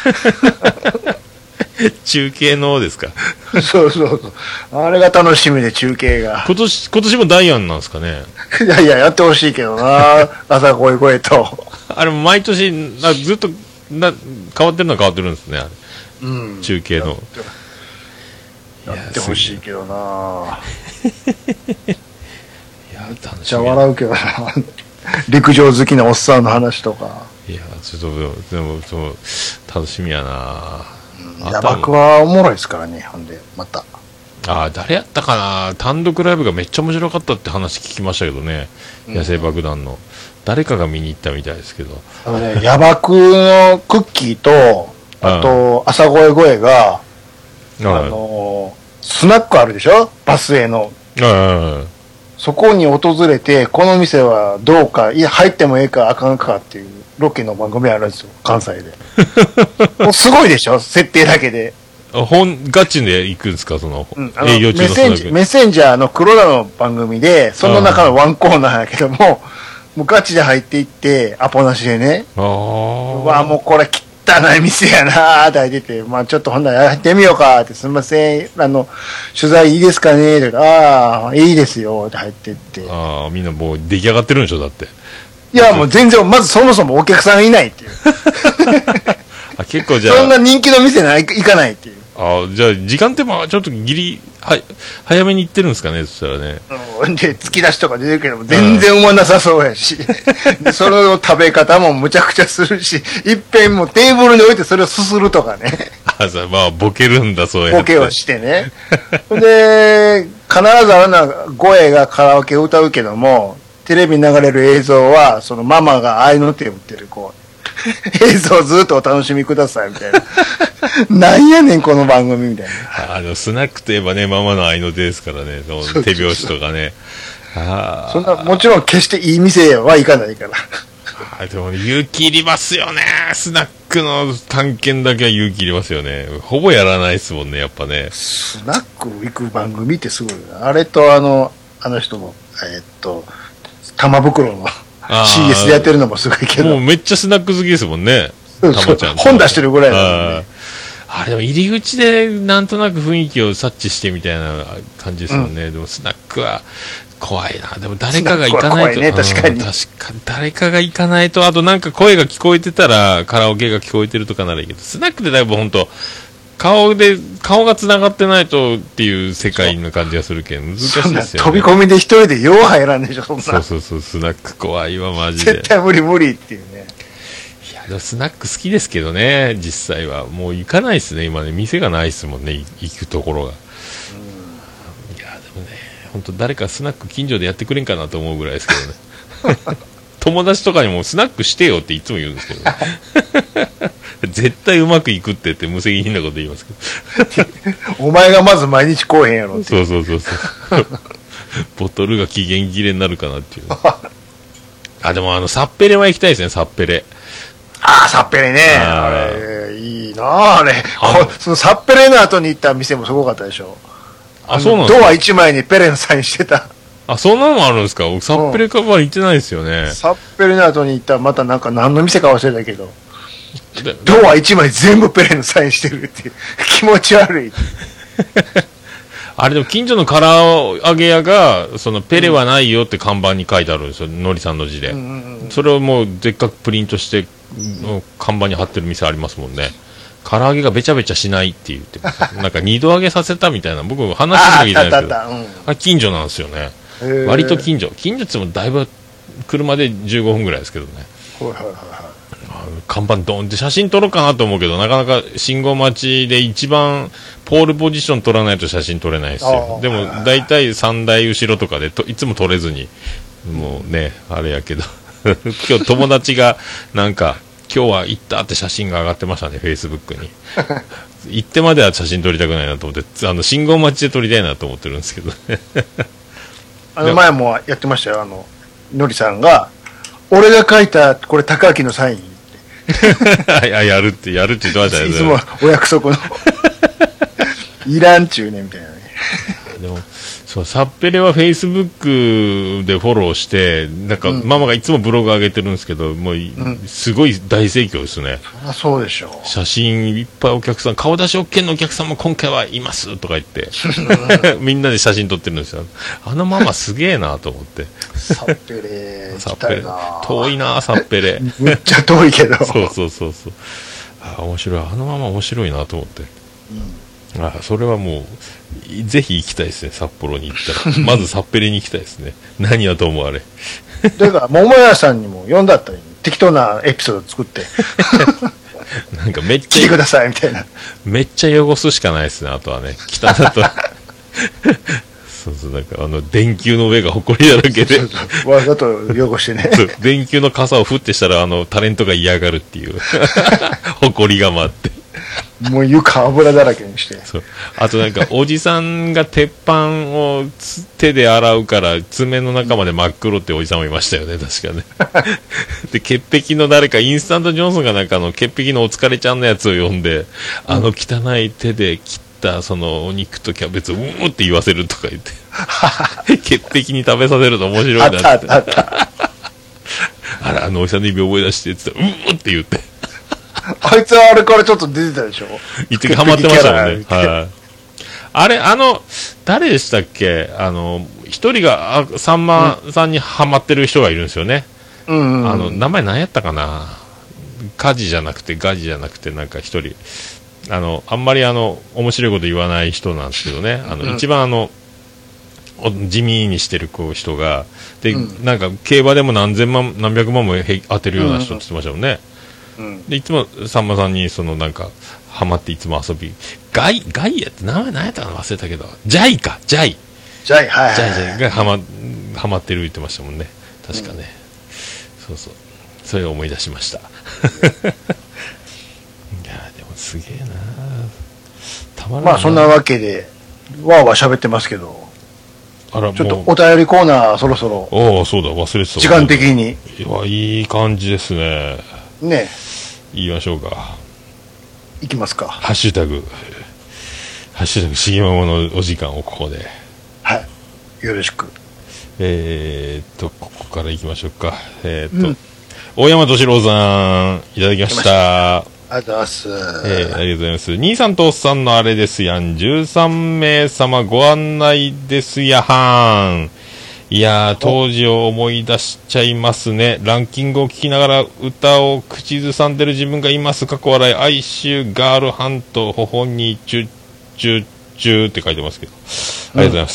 中継のですか？
そう。あれが楽しみで、中継が。
今年もダイアンなんですかね？
いや、やってほしいけどな。朝声と。
あれも毎年、ずっと変わってるのは変わってるんですね、あれ。中継の。
やってほしいけどな。
いや、楽しみ。
めっちゃ笑うけどな。陸上好きなおっさんの話とか。
いや、ちょっと、でも、楽しみやな。
ヤバクはおもろいですからね、ほんで、また。
誰やったかな、単独ライブがめっちゃ面白かったって話聞きましたけどね、野生爆弾の。誰かが見に行ったみたいですけど。
ヤバクのクッキーと、あと、朝声が、スナックあるでしょ、バスへの。そこに訪れて、この店はどうか、いや、入ってもええかあかんかっていうロケの番組あるんですよ、関西で。もうすごいでしょ、設定だけで。
ガチで行くんですか、営業中のスナック。
メッセンジャーの黒田の番組で、その中のワンコーナーやけども、もうガチで入っていって、アポなしでね。もうこれ汚い店やなーって入ってて、まあちょっとほんならやってみようかって、すみません、取材いいですかねって、いいですよって入ってって。
みんなもう出来上がってるんでしょ、だって。
いや、もう全然、まずそもそもお客さんいないっていう。
結構じゃあ。
そんな人気の店行かないっていう。
じゃあ、時間ってちょっと早めに行ってるんですかね、そしたらね。
で、突き出しとか出てるけども、全然うまなさそうやし、でその食べ方もむちゃくちゃするし、いっぺんもテーブルに置いてそれをすするとかね。
ボケるんだ、そうやって。
ボケをしてね。で、必ずあるのは、声がカラオケを歌うけども、テレビに流れる映像は、そのママが合いの手を打ってる、映像をずっとお楽しみくださいみたいな。なんやねんこの番組みたい
な。スナックといえばね、ママの合いの手ですからね、手拍子とかね。
そんな、もちろん決していい店はいかないから。
でも勇気いりますよね。スナックの探検だけは勇気いりますよね。ほぼやらないですもんね、やっぱね。
スナック行く番組ってすごいな。あれとあの人も、玉袋の。CS でやってるのもすごいけど。
もうめっちゃスナック好きですもんね。
たまちゃん。本出してるぐらいなんで。
でも入り口でなんとなく雰囲気を察知してみたいな感じですもんね。でもスナックは怖いな。でも誰かが行かないと。
確かに
誰かが行かないと、あとなんか声が聞こえてたら、カラオケが聞こえてるとかならいいけど、スナックでだいぶ本当顔が繋がってないとっていう世界の感じがするけど難しいですよね。
飛び込みで一人でよう入らんでしょ、そんな。
そう、スナック怖いわ、マジで。
絶対無理っていうね。
いや、でもスナック好きですけどね、実際は。もう行かないっすね、今ね。店がないっすもんね、行くところが。いや、でもね、本当誰かスナック近所でやってくれんかなと思うぐらいですけどね。友達とかにもスナックしてよっていつも言うんですけど、ね、絶対うまくいくってって無責任なこと言いますけど。
お前がまず毎日来おへんやろって。
そう。ボトルが期限切れになるかなっていう。でもサッペレは行きたいですね、サッペレ。
サッペレね。あれ、いいなあれ。そのサッペレの後に行った店もすごかったでしょ。
そうなんですか。
ドア1枚にペレのサインしてた。
そんなのもあるんですか。サッペレカバー行ってないですよね。
サッペレの後に行ったらまたなんか何の店か忘れたけど、ドア1枚全部ペレのサインしてるっていう気持ち悪い。
あれでも近所の唐揚げ屋がそのペレはないよって看板に書いてあるんですよ、のりさんの字で。それをもうでっかくプリントして看板に貼ってる店ありますもんね。唐揚げがべちゃべちゃしないって言ってます。なんか二度揚げさせたみたいな、僕話しか聞いてないですけど、あれ近所なんですよね。割と近所って言ってもだいぶ車で15分ぐらいですけどね。看板ドーンって写真撮ろうかなと思うけど、なかなか信号待ちで一番ポールポジション撮らないと写真撮れないですよ。でも大体3台後ろとかでいつも撮れずに、もうね、あれやけど今日友達がなんか今日は行ったって写真が上がってましたね、フェイスブックに。行ってまでは写真撮りたくないなと思って、信号待ちで撮りたいなと思ってるんですけどね。
前もやってましたよ、 のりさんが、俺が書いた、これ高明のサインって。
やるって言ってましたね。
いつもお約束の。いらんちゅうね、みたいなね。
でも、そう、サッペレはフェイスブックでフォローして、なんか、ママがいつもブログ上げてるんですけど、もう、すごい大盛況ですね。
そうでしょう。
写真いっぱいお客さん、顔出し OK のお客さんも今回はいますとか言って、みんなで写真撮ってるんですよ。あのママすげえなと思って。
サッペレ、
サッペレ。遠いなサッペレ。
めっちゃ遠いけど。
そう。面白い。あのママ面白いなと思って。それはもうぜひ行きたいですね。札幌に行ったらまずサッペレに行きたいですね。何はともあれ
だから桃屋さんにも呼んだったり適当なエピソード作って
なんかめっちゃ
来てくださいみたいな。
めっちゃ汚すしかないですね。あとはね、汚だとそうなんか電球の上がほこりだらけで
わざと汚してね
電球の傘を振ってしたらタレントが嫌がるっていうほこりが舞って
もう床油だらけにして。
そう。あとなんか、おじさんが鉄板を手で洗うから、爪の中まで真っ黒っておじさんもいましたよね、確かね。で、潔癖の誰か、インスタントジョンソンがなんか潔癖のお疲れちゃんのやつを読んで、汚い手で切ったそのお肉とキャベツをって言わせるとか言って、潔癖に食べさせると面白いなって。あら、おじさんの指覚え出してって言ったら、って言って。
あいつはあれからちょっと出てたでしょ。
一時ハマってましたもんね。はい。あれ、誰でしたっけ？一人が、さんまさんにハマってる人がいるんですよね。名前何やったかな？ガジじゃなくて、なんか一人。あんまり面白いこと言わない人なんですけどね。一番地味にしてる人が、で、なんか競馬でも何千万、何百万も当てるような人って言ってましたもんね。でいつもさんまさんになんかハマっていつも遊びガイやって名前何やったかな忘れたけどジャイはいジャイがハマってる言ってましたもんね確かね、そうそれを思い出しましたいやでもすげえなたまらんな。
まあそんなわけでわーわー喋ってますけど、ちょっとお便りコーナーそろそろ。
そうだ忘れてた。
時間的に
いい感じですね。
ね、
言いましょうか。
いきますか。
ハッシュタグしぎまものお時間をここで。
はい。よろしく。
ここからいきましょうか。大山敏郎さん、いただきました。
ありがとうございます。
ありがとうございます。兄さんとおっさんのあれですやん。13名様ご案内ですやはん。いやー、当時を思い出しちゃいますね。ランキングを聞きながら歌を口ずさんでる自分がいます。過去笑い、哀愁、ガールハント、ほほに、チュッチュッチュって書いてますけど。ありがとうございます。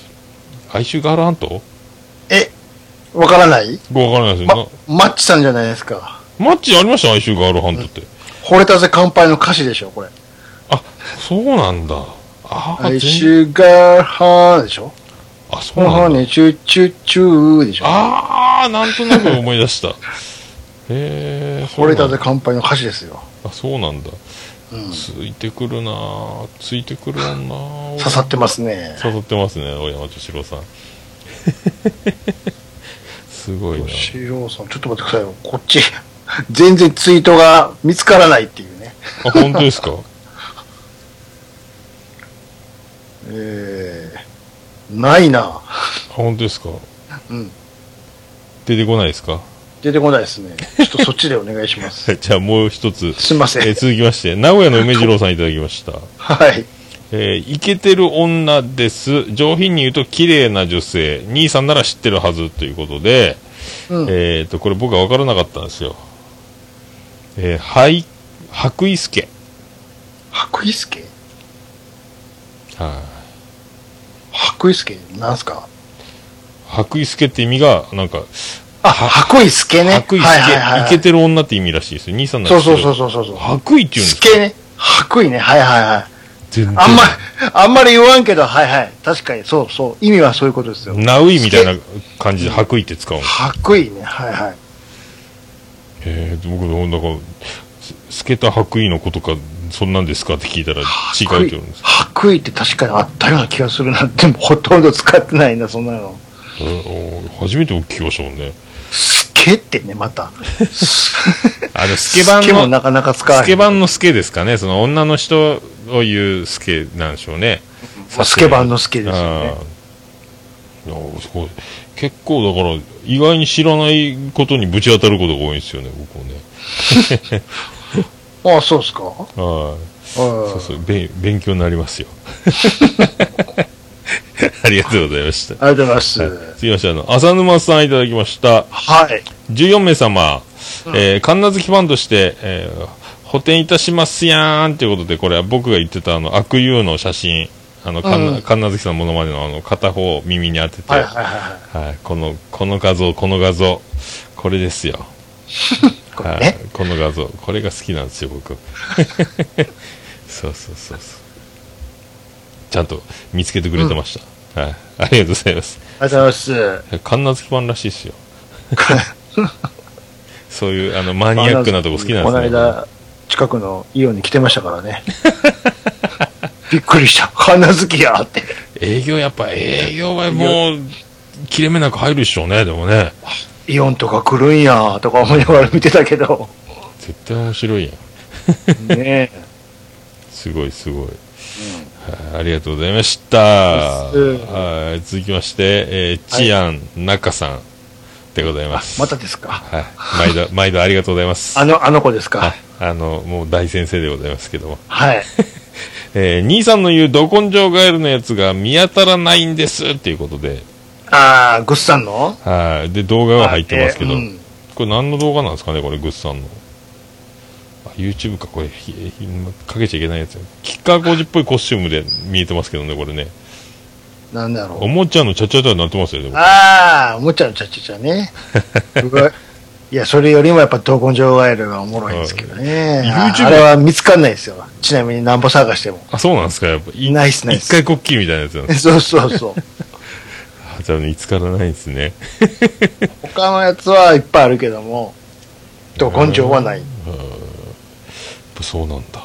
哀愁ガールハント？
わからない？
わからないですよ。
マッチさんじゃないですか。
マッチありました哀愁ガールハントって。
惚れたぜ乾杯の歌詞でしょ、これ。
あ、そうなんだ。
哀愁ガールハントでしょ。
そうなんだ。
ね、チュチュチューでしょ。
なんとなく思い出した。
惚れたぜ乾杯の歌詞ですよ。
そうなんだ。ついてくるなぁ。ついてくるもんなぁ。
刺さってますね。
刺さってますね、大山敏郎さん。すごいな。
敏郎さん、ちょっと待ってくださいよ。こっち、全然ツイートが見つからないっていうね。
本当ですか？
ないな。
本当ですか？出てこないですか？
出てこないですね。ちょっとそっちでお願いします。
じゃあもう一つ。
すいません。
続きまして、名古屋の梅次郎さんいただきました。
はい。
イケてる女です。上品に言うと綺麗な女性。兄さんなら知ってるはずということで、これ僕は分からなかったんですよ。白衣助。
白衣助？
はい。
白衣助なんすか？
白衣助って意味がなんか
白衣助ね。
白衣助、イケてる女って意味らしいですよ。兄さんなら知ってる。そう
白
衣って言うんですか？
助ね。白衣ね。あんまり言わんけど、確かにそう意味はそういうことですよ。
ナウイみたいな感じで白衣って使うんですか？
白衣ね。
僕なんか透けた白衣のことかそんなんですかって聞いたら違うって言うんです。
白衣って確かにあったような気がするな。でもほとんど使ってないな、そんなの。
初めて聞きましたもんね。
スケってね、また。
スケバンの、
スケもなかなか使わない。
スケバンのスケですかね。その女の人を言うスケなんでしょうね。
スケバンのスケですよね。
いやすごい。結構だから意外に知らないことにぶち当たることが多いんですよね、僕もね。
ああ、そうですか。
そうそう、勉強になりますよ。ありがとうございました。
ありがとうございます。
続きまして、浅沼さんいただきました。
はい。
14名様、神奈月ファンとして、補填いたしますやーんということで、これは僕が言ってた悪友の写真、神奈月さんのモノマネの片方を耳に当てて、この画像、これですよ。これね、この画像、これが好きなんですよ、僕。そう。ちゃんと見つけてくれてました。ありがとうございます。
ありがとうございます。
神奈月ファンらしいですよ。そういうマニアックなとこ好きなんですね。
この間、近くのイオンに来てましたからね。びっくりした。神奈月やって。
営業はもう、切れ目なく入るでしょうね、でもね。
イオンとか来るんやとか思いながら見てたけど。
絶対面白いやん。
ねえ。
すごい。ありがとうございました。続きまして、チアン中さんでございます。
またですか。
毎度ありがとうございます。
あの子ですか。
もう大先生でございますけども。
はい。
兄さんの言うど根性ガエルのやつが見当たらないんですっていうことで。
グッさんの？
で、動画が入ってますけど、これ何の動画なんですかね、これ、グッさんの。YouTube か、これ、かけちゃいけないやつ。キッカー工事っぽいコスチュームで見えてますけどね、これね。
なんだろう。
おもちゃのチャチャチャになってますよね。
おもちゃのチャチャチャね。いや、それよりもやっぱど根性ガエルがおもろいんですけどね。あれは見つかんないですよ。ちなみになんぼ探しても。
そうなんですか、やっぱ。
ないっす。
一回こっきりみたいなやつなんです
か。そう。
じゃあ見つからないんですね。
他のやつはいっぱいあるけども、ど根性はない。
そうなんだ。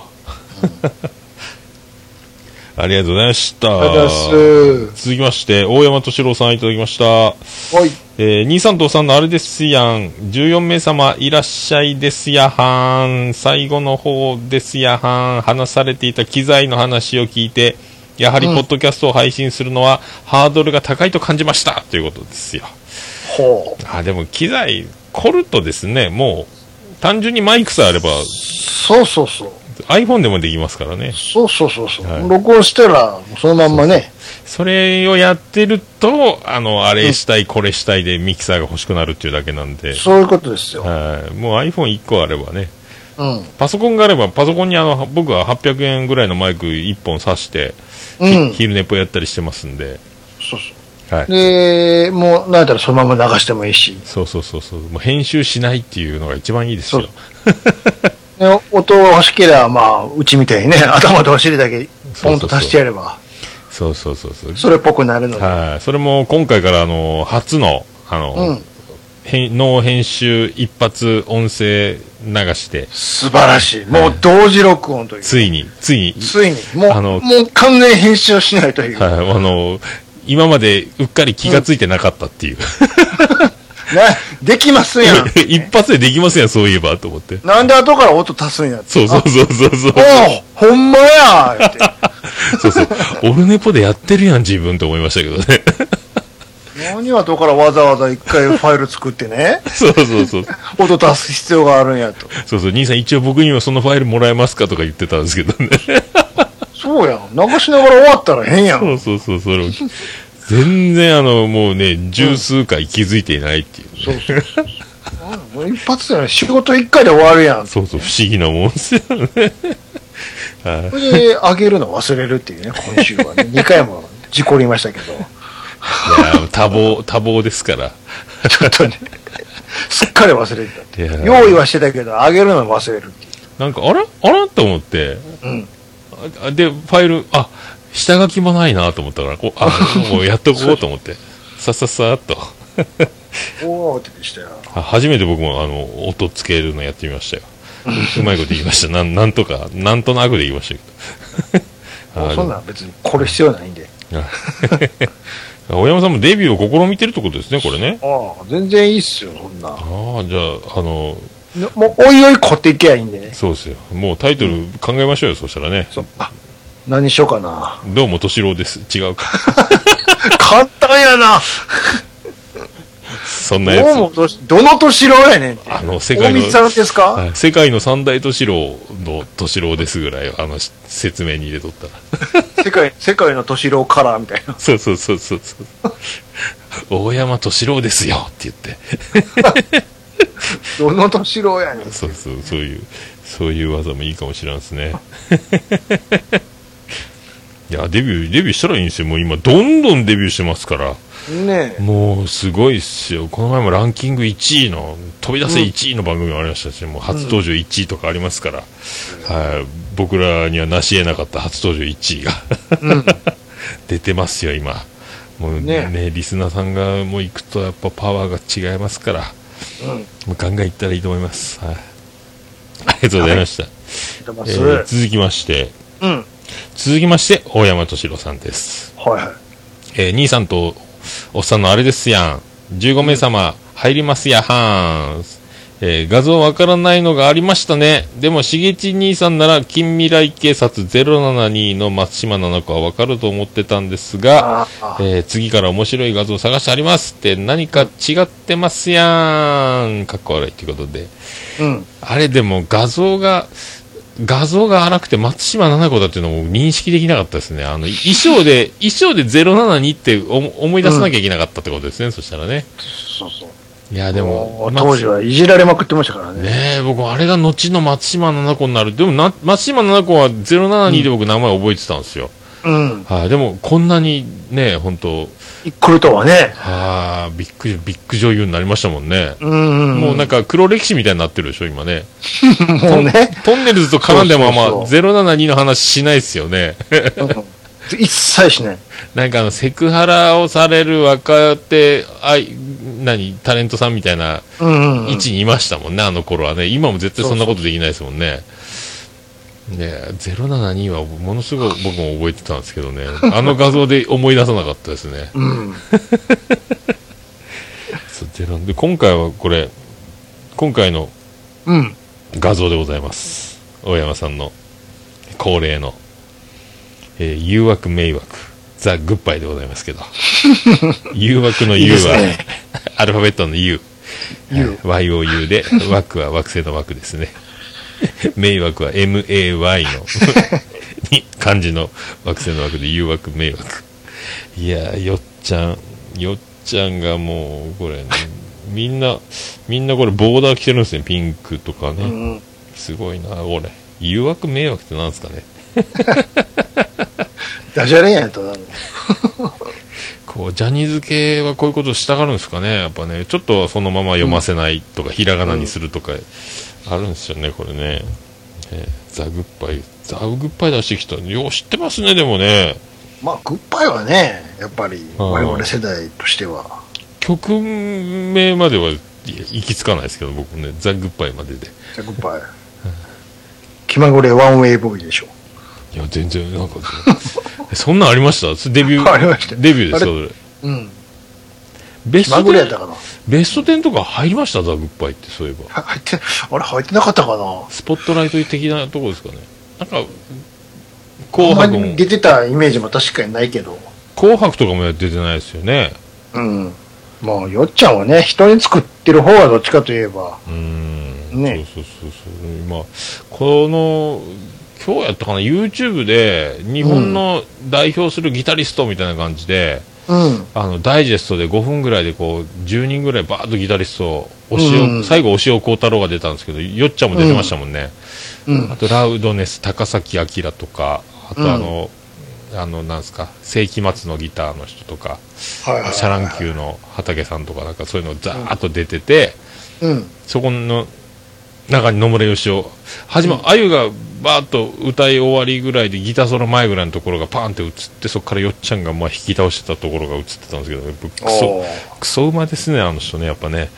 ありがとうございました。
続
きまして、大山敏郎さんいただきました。兄さんとおさんのあれですやん。14名様いらっしゃいですやはん。最後の方ですやはん。話されていた機材の話を聞いて、やはりポッドキャストを配信するのはハードルが高いと感じましたということですよ。でも機材凝るとですね、もう単純にマイクさえあれば、
そう
iPhone でもできますからね。
そう、録音したらそのまんまね。
それをやってるとあれしたい、これしたいでミキサーが欲しくなるっていうだけなんで。
そういうことですよ。
もう iPhone1 個あればね、パソコンがあれば、パソコンに僕は800円ぐらいのマイク1本挿して、昼寝ぽやったりしてますんで。で、もう、なんやったらそのまま流してもいいし。 そう。もう編集しないっていうのが一番いいですよ。
音が欲しければ、うちみたいにね、頭とお尻だけポンと足してやれば。
そう。
それっぽくなるので。
それも今回から初の、ノー編集一発音声流して。
素晴らしい。もう同時録音という。
ついに。
もう完全編集をしないという。
今までうっかり気がついてなかったっていう。
できますやん。
一発でできますやん、そういえば、と思って。
なんで後から音足すんやって。
そう。
ほんまやーって。
そう。オルネポでやってるやん、自分と思いましたけどね。
何後からわざわざ一回ファイル作ってね。
そう。
音足す必要があるんやと。
そう。兄さん一応僕にはそのファイルもらえますかとか言ってたんですけどね。
そうやん。流しながら終わったら変やん。
そう。全然もうね、十数回気づいていないっていう、
ね。そう。一発だよね。仕事一回で終わるやん。
そう、不思議なもんですよね。
それで、あげるの忘れるっていうね、今週はね。2回も事故りましたけど。いや、
多忙ですから。
ちょっとね、すっかり忘れてた。用意はしてたけど、あげるの忘れるっていう。
なんか、あらと思って、で、ファイル、下書きもないなと思ったからもうやっとこうと思ってさっと
おーってしたよ。
初めて僕も音つけるのやってみましたよ。うまいこと言いました。なんとなくで言いましたけど。
そんなん別にこれ必要ないんで。
大山さんもデビューを試みてるってことですね、これね。
ああ、全然いいっすよ、そんな。
ああ、じゃあ、
もう、おいおい凝っていけばいいんでね。
そうですよ。もうタイトル考えましょうよ、そしたらね。
何しようかな。
どうも敏郎です。違うか。
簡単やな。
そんなやつ。
どの敏郎やねんって。
世界の。
大水さんですか、
はい、世界の三大敏郎の敏郎ですぐらい、説明に入れとった
ら。世界の敏郎カラーみたいな。
そう。大山敏郎ですよって言って。
どの敏郎やねん。
そういう技もいいかもしれんですね。いや、デビューしたらいいんですよ。もう今、どんどんデビューしてますから。
ねえ。
もう、すごいっすよ。この前もランキング1位の、飛び出せ1位の番組もありましたし、もう初登場1位とかありますから、はい、僕らには成し得なかった初登場1位が、出てますよ、今。もうね、リスナーさんがもう行くと、やっぱパワーが違いますから、もうガンガン行ったらいいと思います。はい。ありがとうございました。続きまして、大山敏郎さんです。
はい。
兄さんとおっさんのあれですやん。15名様、入りますやはん。画像わからないのがありましたね。でも、しげち兄さんなら、近未来警察072の松島菜々子はわかると思ってたんですが、次から面白い画像を探してありますって何か違ってますやん。かっこ悪いということで。あれでも画像が荒くて松島菜々子だっていうのも認識できなかったですね。衣装で072って思い出さなきゃいけなかったってことですね。そしたらね。そう。いや、でも。
当時はいじられまくってましたからね。
ねえ、僕、あれが後の松島菜々子になる。でも松島菜々子は072で僕名前覚えてたんですよ。はい、でも、こんなにね、本当
来るとはね。
はあ、ビッグ女優になりましたもんね。もうなんか黒歴史みたいになってるでしょ、今ね。
もうね。
トンネルズと絡んでも072の話しないですよね。
一切しない。
なんかセクハラをされる若手、タレントさんみたいな位置にいましたもんね、あの頃はね。今も絶対そんなことできないですもんね。072はものすごい僕も覚えてたんですけどね。あの画像で思い出さなかったですね。で今回はこれ、今回の画像でございます。大山さんの恒例の、誘惑迷惑ザ・グッバイでございますけど。誘惑の U は、ね、アルファベットの U。YOU で、枠は惑星の枠ですね。迷惑は MAY の漢字の惑星の枠で誘惑迷惑。いや、よっちゃんがもうこれ、ね、みんなこれボーダー着てるんですね。ピンクとかね、すごいなこれ。誘惑迷惑ってなんですかね。
ダジャレやんとなる。
こうジャニーズ系はこういうことしたがるんですかね。やっぱね、ちょっとそのまま読ませないとか、ひらがなにするとかあるんですよね、これね。ザ・グッバイ出してきた。よう知ってますね、でもね。
まあ、グッバイはね、やっぱり我々世代としては。
曲名までは行き着かないですけど、僕ね、ザ・グッバイまでで。
ザ・グッバイ。気まぐれワンウェイボーイでしょ。
いや、全然、なんか、そんなんありましたデビュー。
ありました。
デビューですよ、それ。ベスト10やったかな。ベスト10とか入りました、ザ・グッバイって、そういえば。
入ってなかったかな。
スポットライト的なところですかね。なんか、
紅白も。出てたイメージも確かにないけど。
紅白とかも出てないですよね。
まあ、よっちゃんはね、人に作ってる方はどっちかといえば。ね。
そう。まあ、この、今日やったかな、YouTube で、日本の代表するギタリストみたいな感じで、ダイジェストで5分ぐらいでこう10人ぐらいバーッとギタリストを最後押尾幸太郎が出たんですけど、よっちゃんも出てましたもんね。あとラウドネス高崎明とか、あとなんですか、世紀末のギターの人とか、シャランキューの畑さんとか、なんかそういうのザーッと出てて、そこの中に野村義雄あゆがバーッと歌い終わりぐらいでギターソロ前ぐらいのところがパーンって映って、そこからよっちゃんがまあ引き倒してたところが映ってたんですけど、クソうまですね、あの人ね、やっぱね。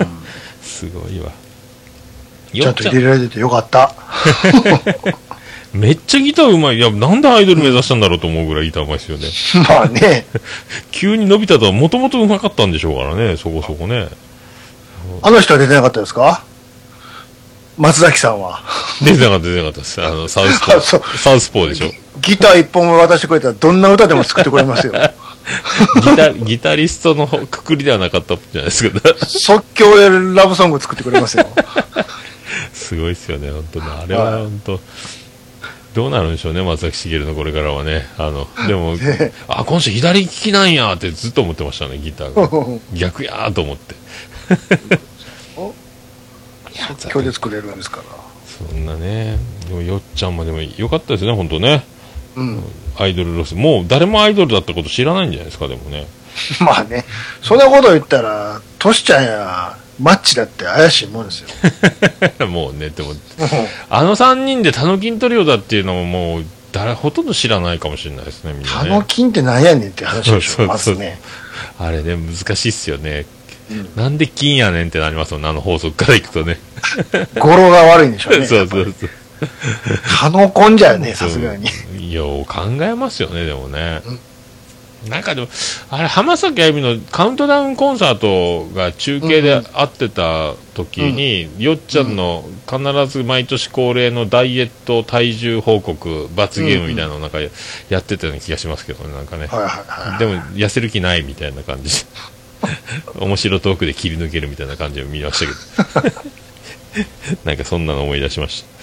すごいわ。
ちゃんと入れられててよかった。
めっちゃギターうまい。いや、なんでアイドル目指したんだろうと思うぐらいギターうまいですよね。
まあね。
急に伸びたとはもともとうまかったんでしょうからね、そこそこね。
あの人は出てなかったですか？松崎さんは。
出てなかったです。サウスポー。サウスポーでしょ。
ギター一本渡してくれたらどんな歌でも作ってくれますよ。
ギタリストのくくりではなかったじゃないですか。
即興でラブソング作ってくれますよ。
すごいですよね、本当に。あれは本当、どうなるんでしょうね、松崎しげるのこれからはね。でも、あ、今週左利きなんやってずっと思ってましたね、ギターが。逆やーと思って。
即興で作れるんですから。
そんなね、でもよっちゃんもでも良かったですね、本当ね。
うん。
アイドルロス。もう誰もアイドルだったこと知らないんじゃないですか、でもね。
まあね、そんなこと言ったら、トシちゃんやマッチだって怪しいもんですよ。
もうね、でも、あの3人でタノキントリオだっていうのももう、ほとんど知らないかもしれないですね、みんなね。
タノキンってなんやねんって話でしょ、まずね。
あれね、難しいっすよね。なんで金やねんってなりますもんね、あの法則からいくとね。
語呂が悪いんでしょうね。
そうそうそう。
タノコンじゃね、さすがに。
いや、考えますよね、でもね。なんかでも、あれ、浜崎あゆみのカウントダウンコンサートが中継で会ってた時に、よっちゃんの必ず毎年恒例のダイエット体重報告罰ゲームみたいなのをなんかやってたような気がしますけどね、なんかね。でも、痩せる気ないみたいな感じ。面白トークで切り抜けるみたいな感じを見ましたけど。なんかそんなの思い出しました。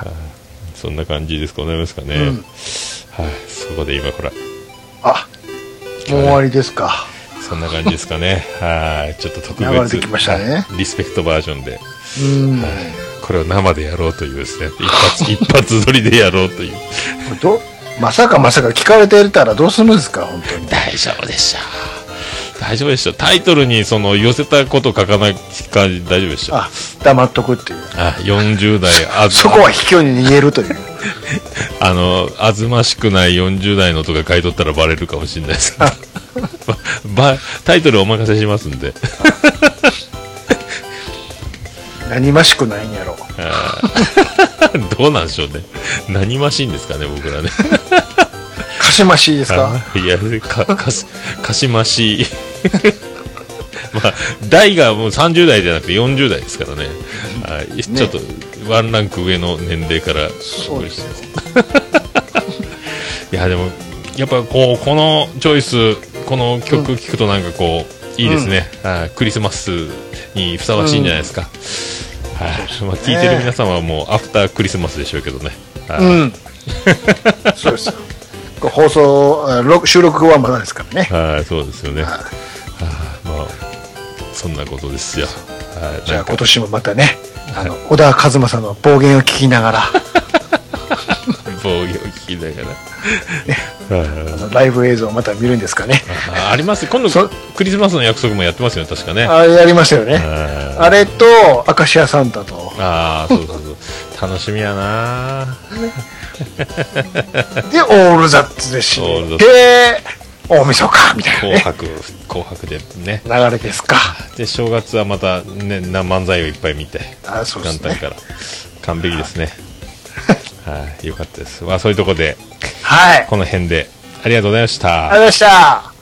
そんな感じですかね、ですかね。はい、そこで今ほら。
あ、もう終わりですか。
そんな感じですかね。はい、ちょっと特別、リスペクトバージョンで、これを生でやろうというですね、一発撮りでやろうという。
まさか聞かれてたらどうするんですか、本当に。
大丈夫でしょう。大丈夫でしょ。タイトルに寄せたこと書かない感じ大丈夫でしょ。
あ、黙っとくっていう。
あ、40代
そこは卑怯に逃げるという。
あずましくない40代のとか書いとったらバレるかもしれないですけどタイトルお任せしますんで
何ましくないんやろ。
どうなんでしょうね。何ましいんですかね、僕らね。
かしましいですか。
いや、かしましまあ、代がもう30代じゃなくて40代ですからね。ちょっとワンランク上の年齢から
そうですよ。
いや、でもやっぱこのチョイス、この曲聴くとなんかいいですね。クリスマスにふさわしいんじゃないですか。まあ、聞いてる皆さんはもうアフタークリスマスでしょうけどね。
そうですよ。収録後はまだですからね。
そうですよね。まあそんなことですよ。
じゃあ今年もまたね、小田和正の暴言を聞きながら
暴言を聞きながら、
ライブ映像をまた見るんですかね。
あります。今度クリスマスの約束もやってますよね、確かね。
やりましたよね。あれと明石家サンタと。
そう楽しみやな。
でオールザッツでしで大晦日みたいな、ね、
紅白でね
流れですか。
で正月はまたね漫才をいっぱい見て、
そうですね、
元旦から完璧ですね。よかったです。そういうとこで、この辺でありがとうございました。
ありがとうございました。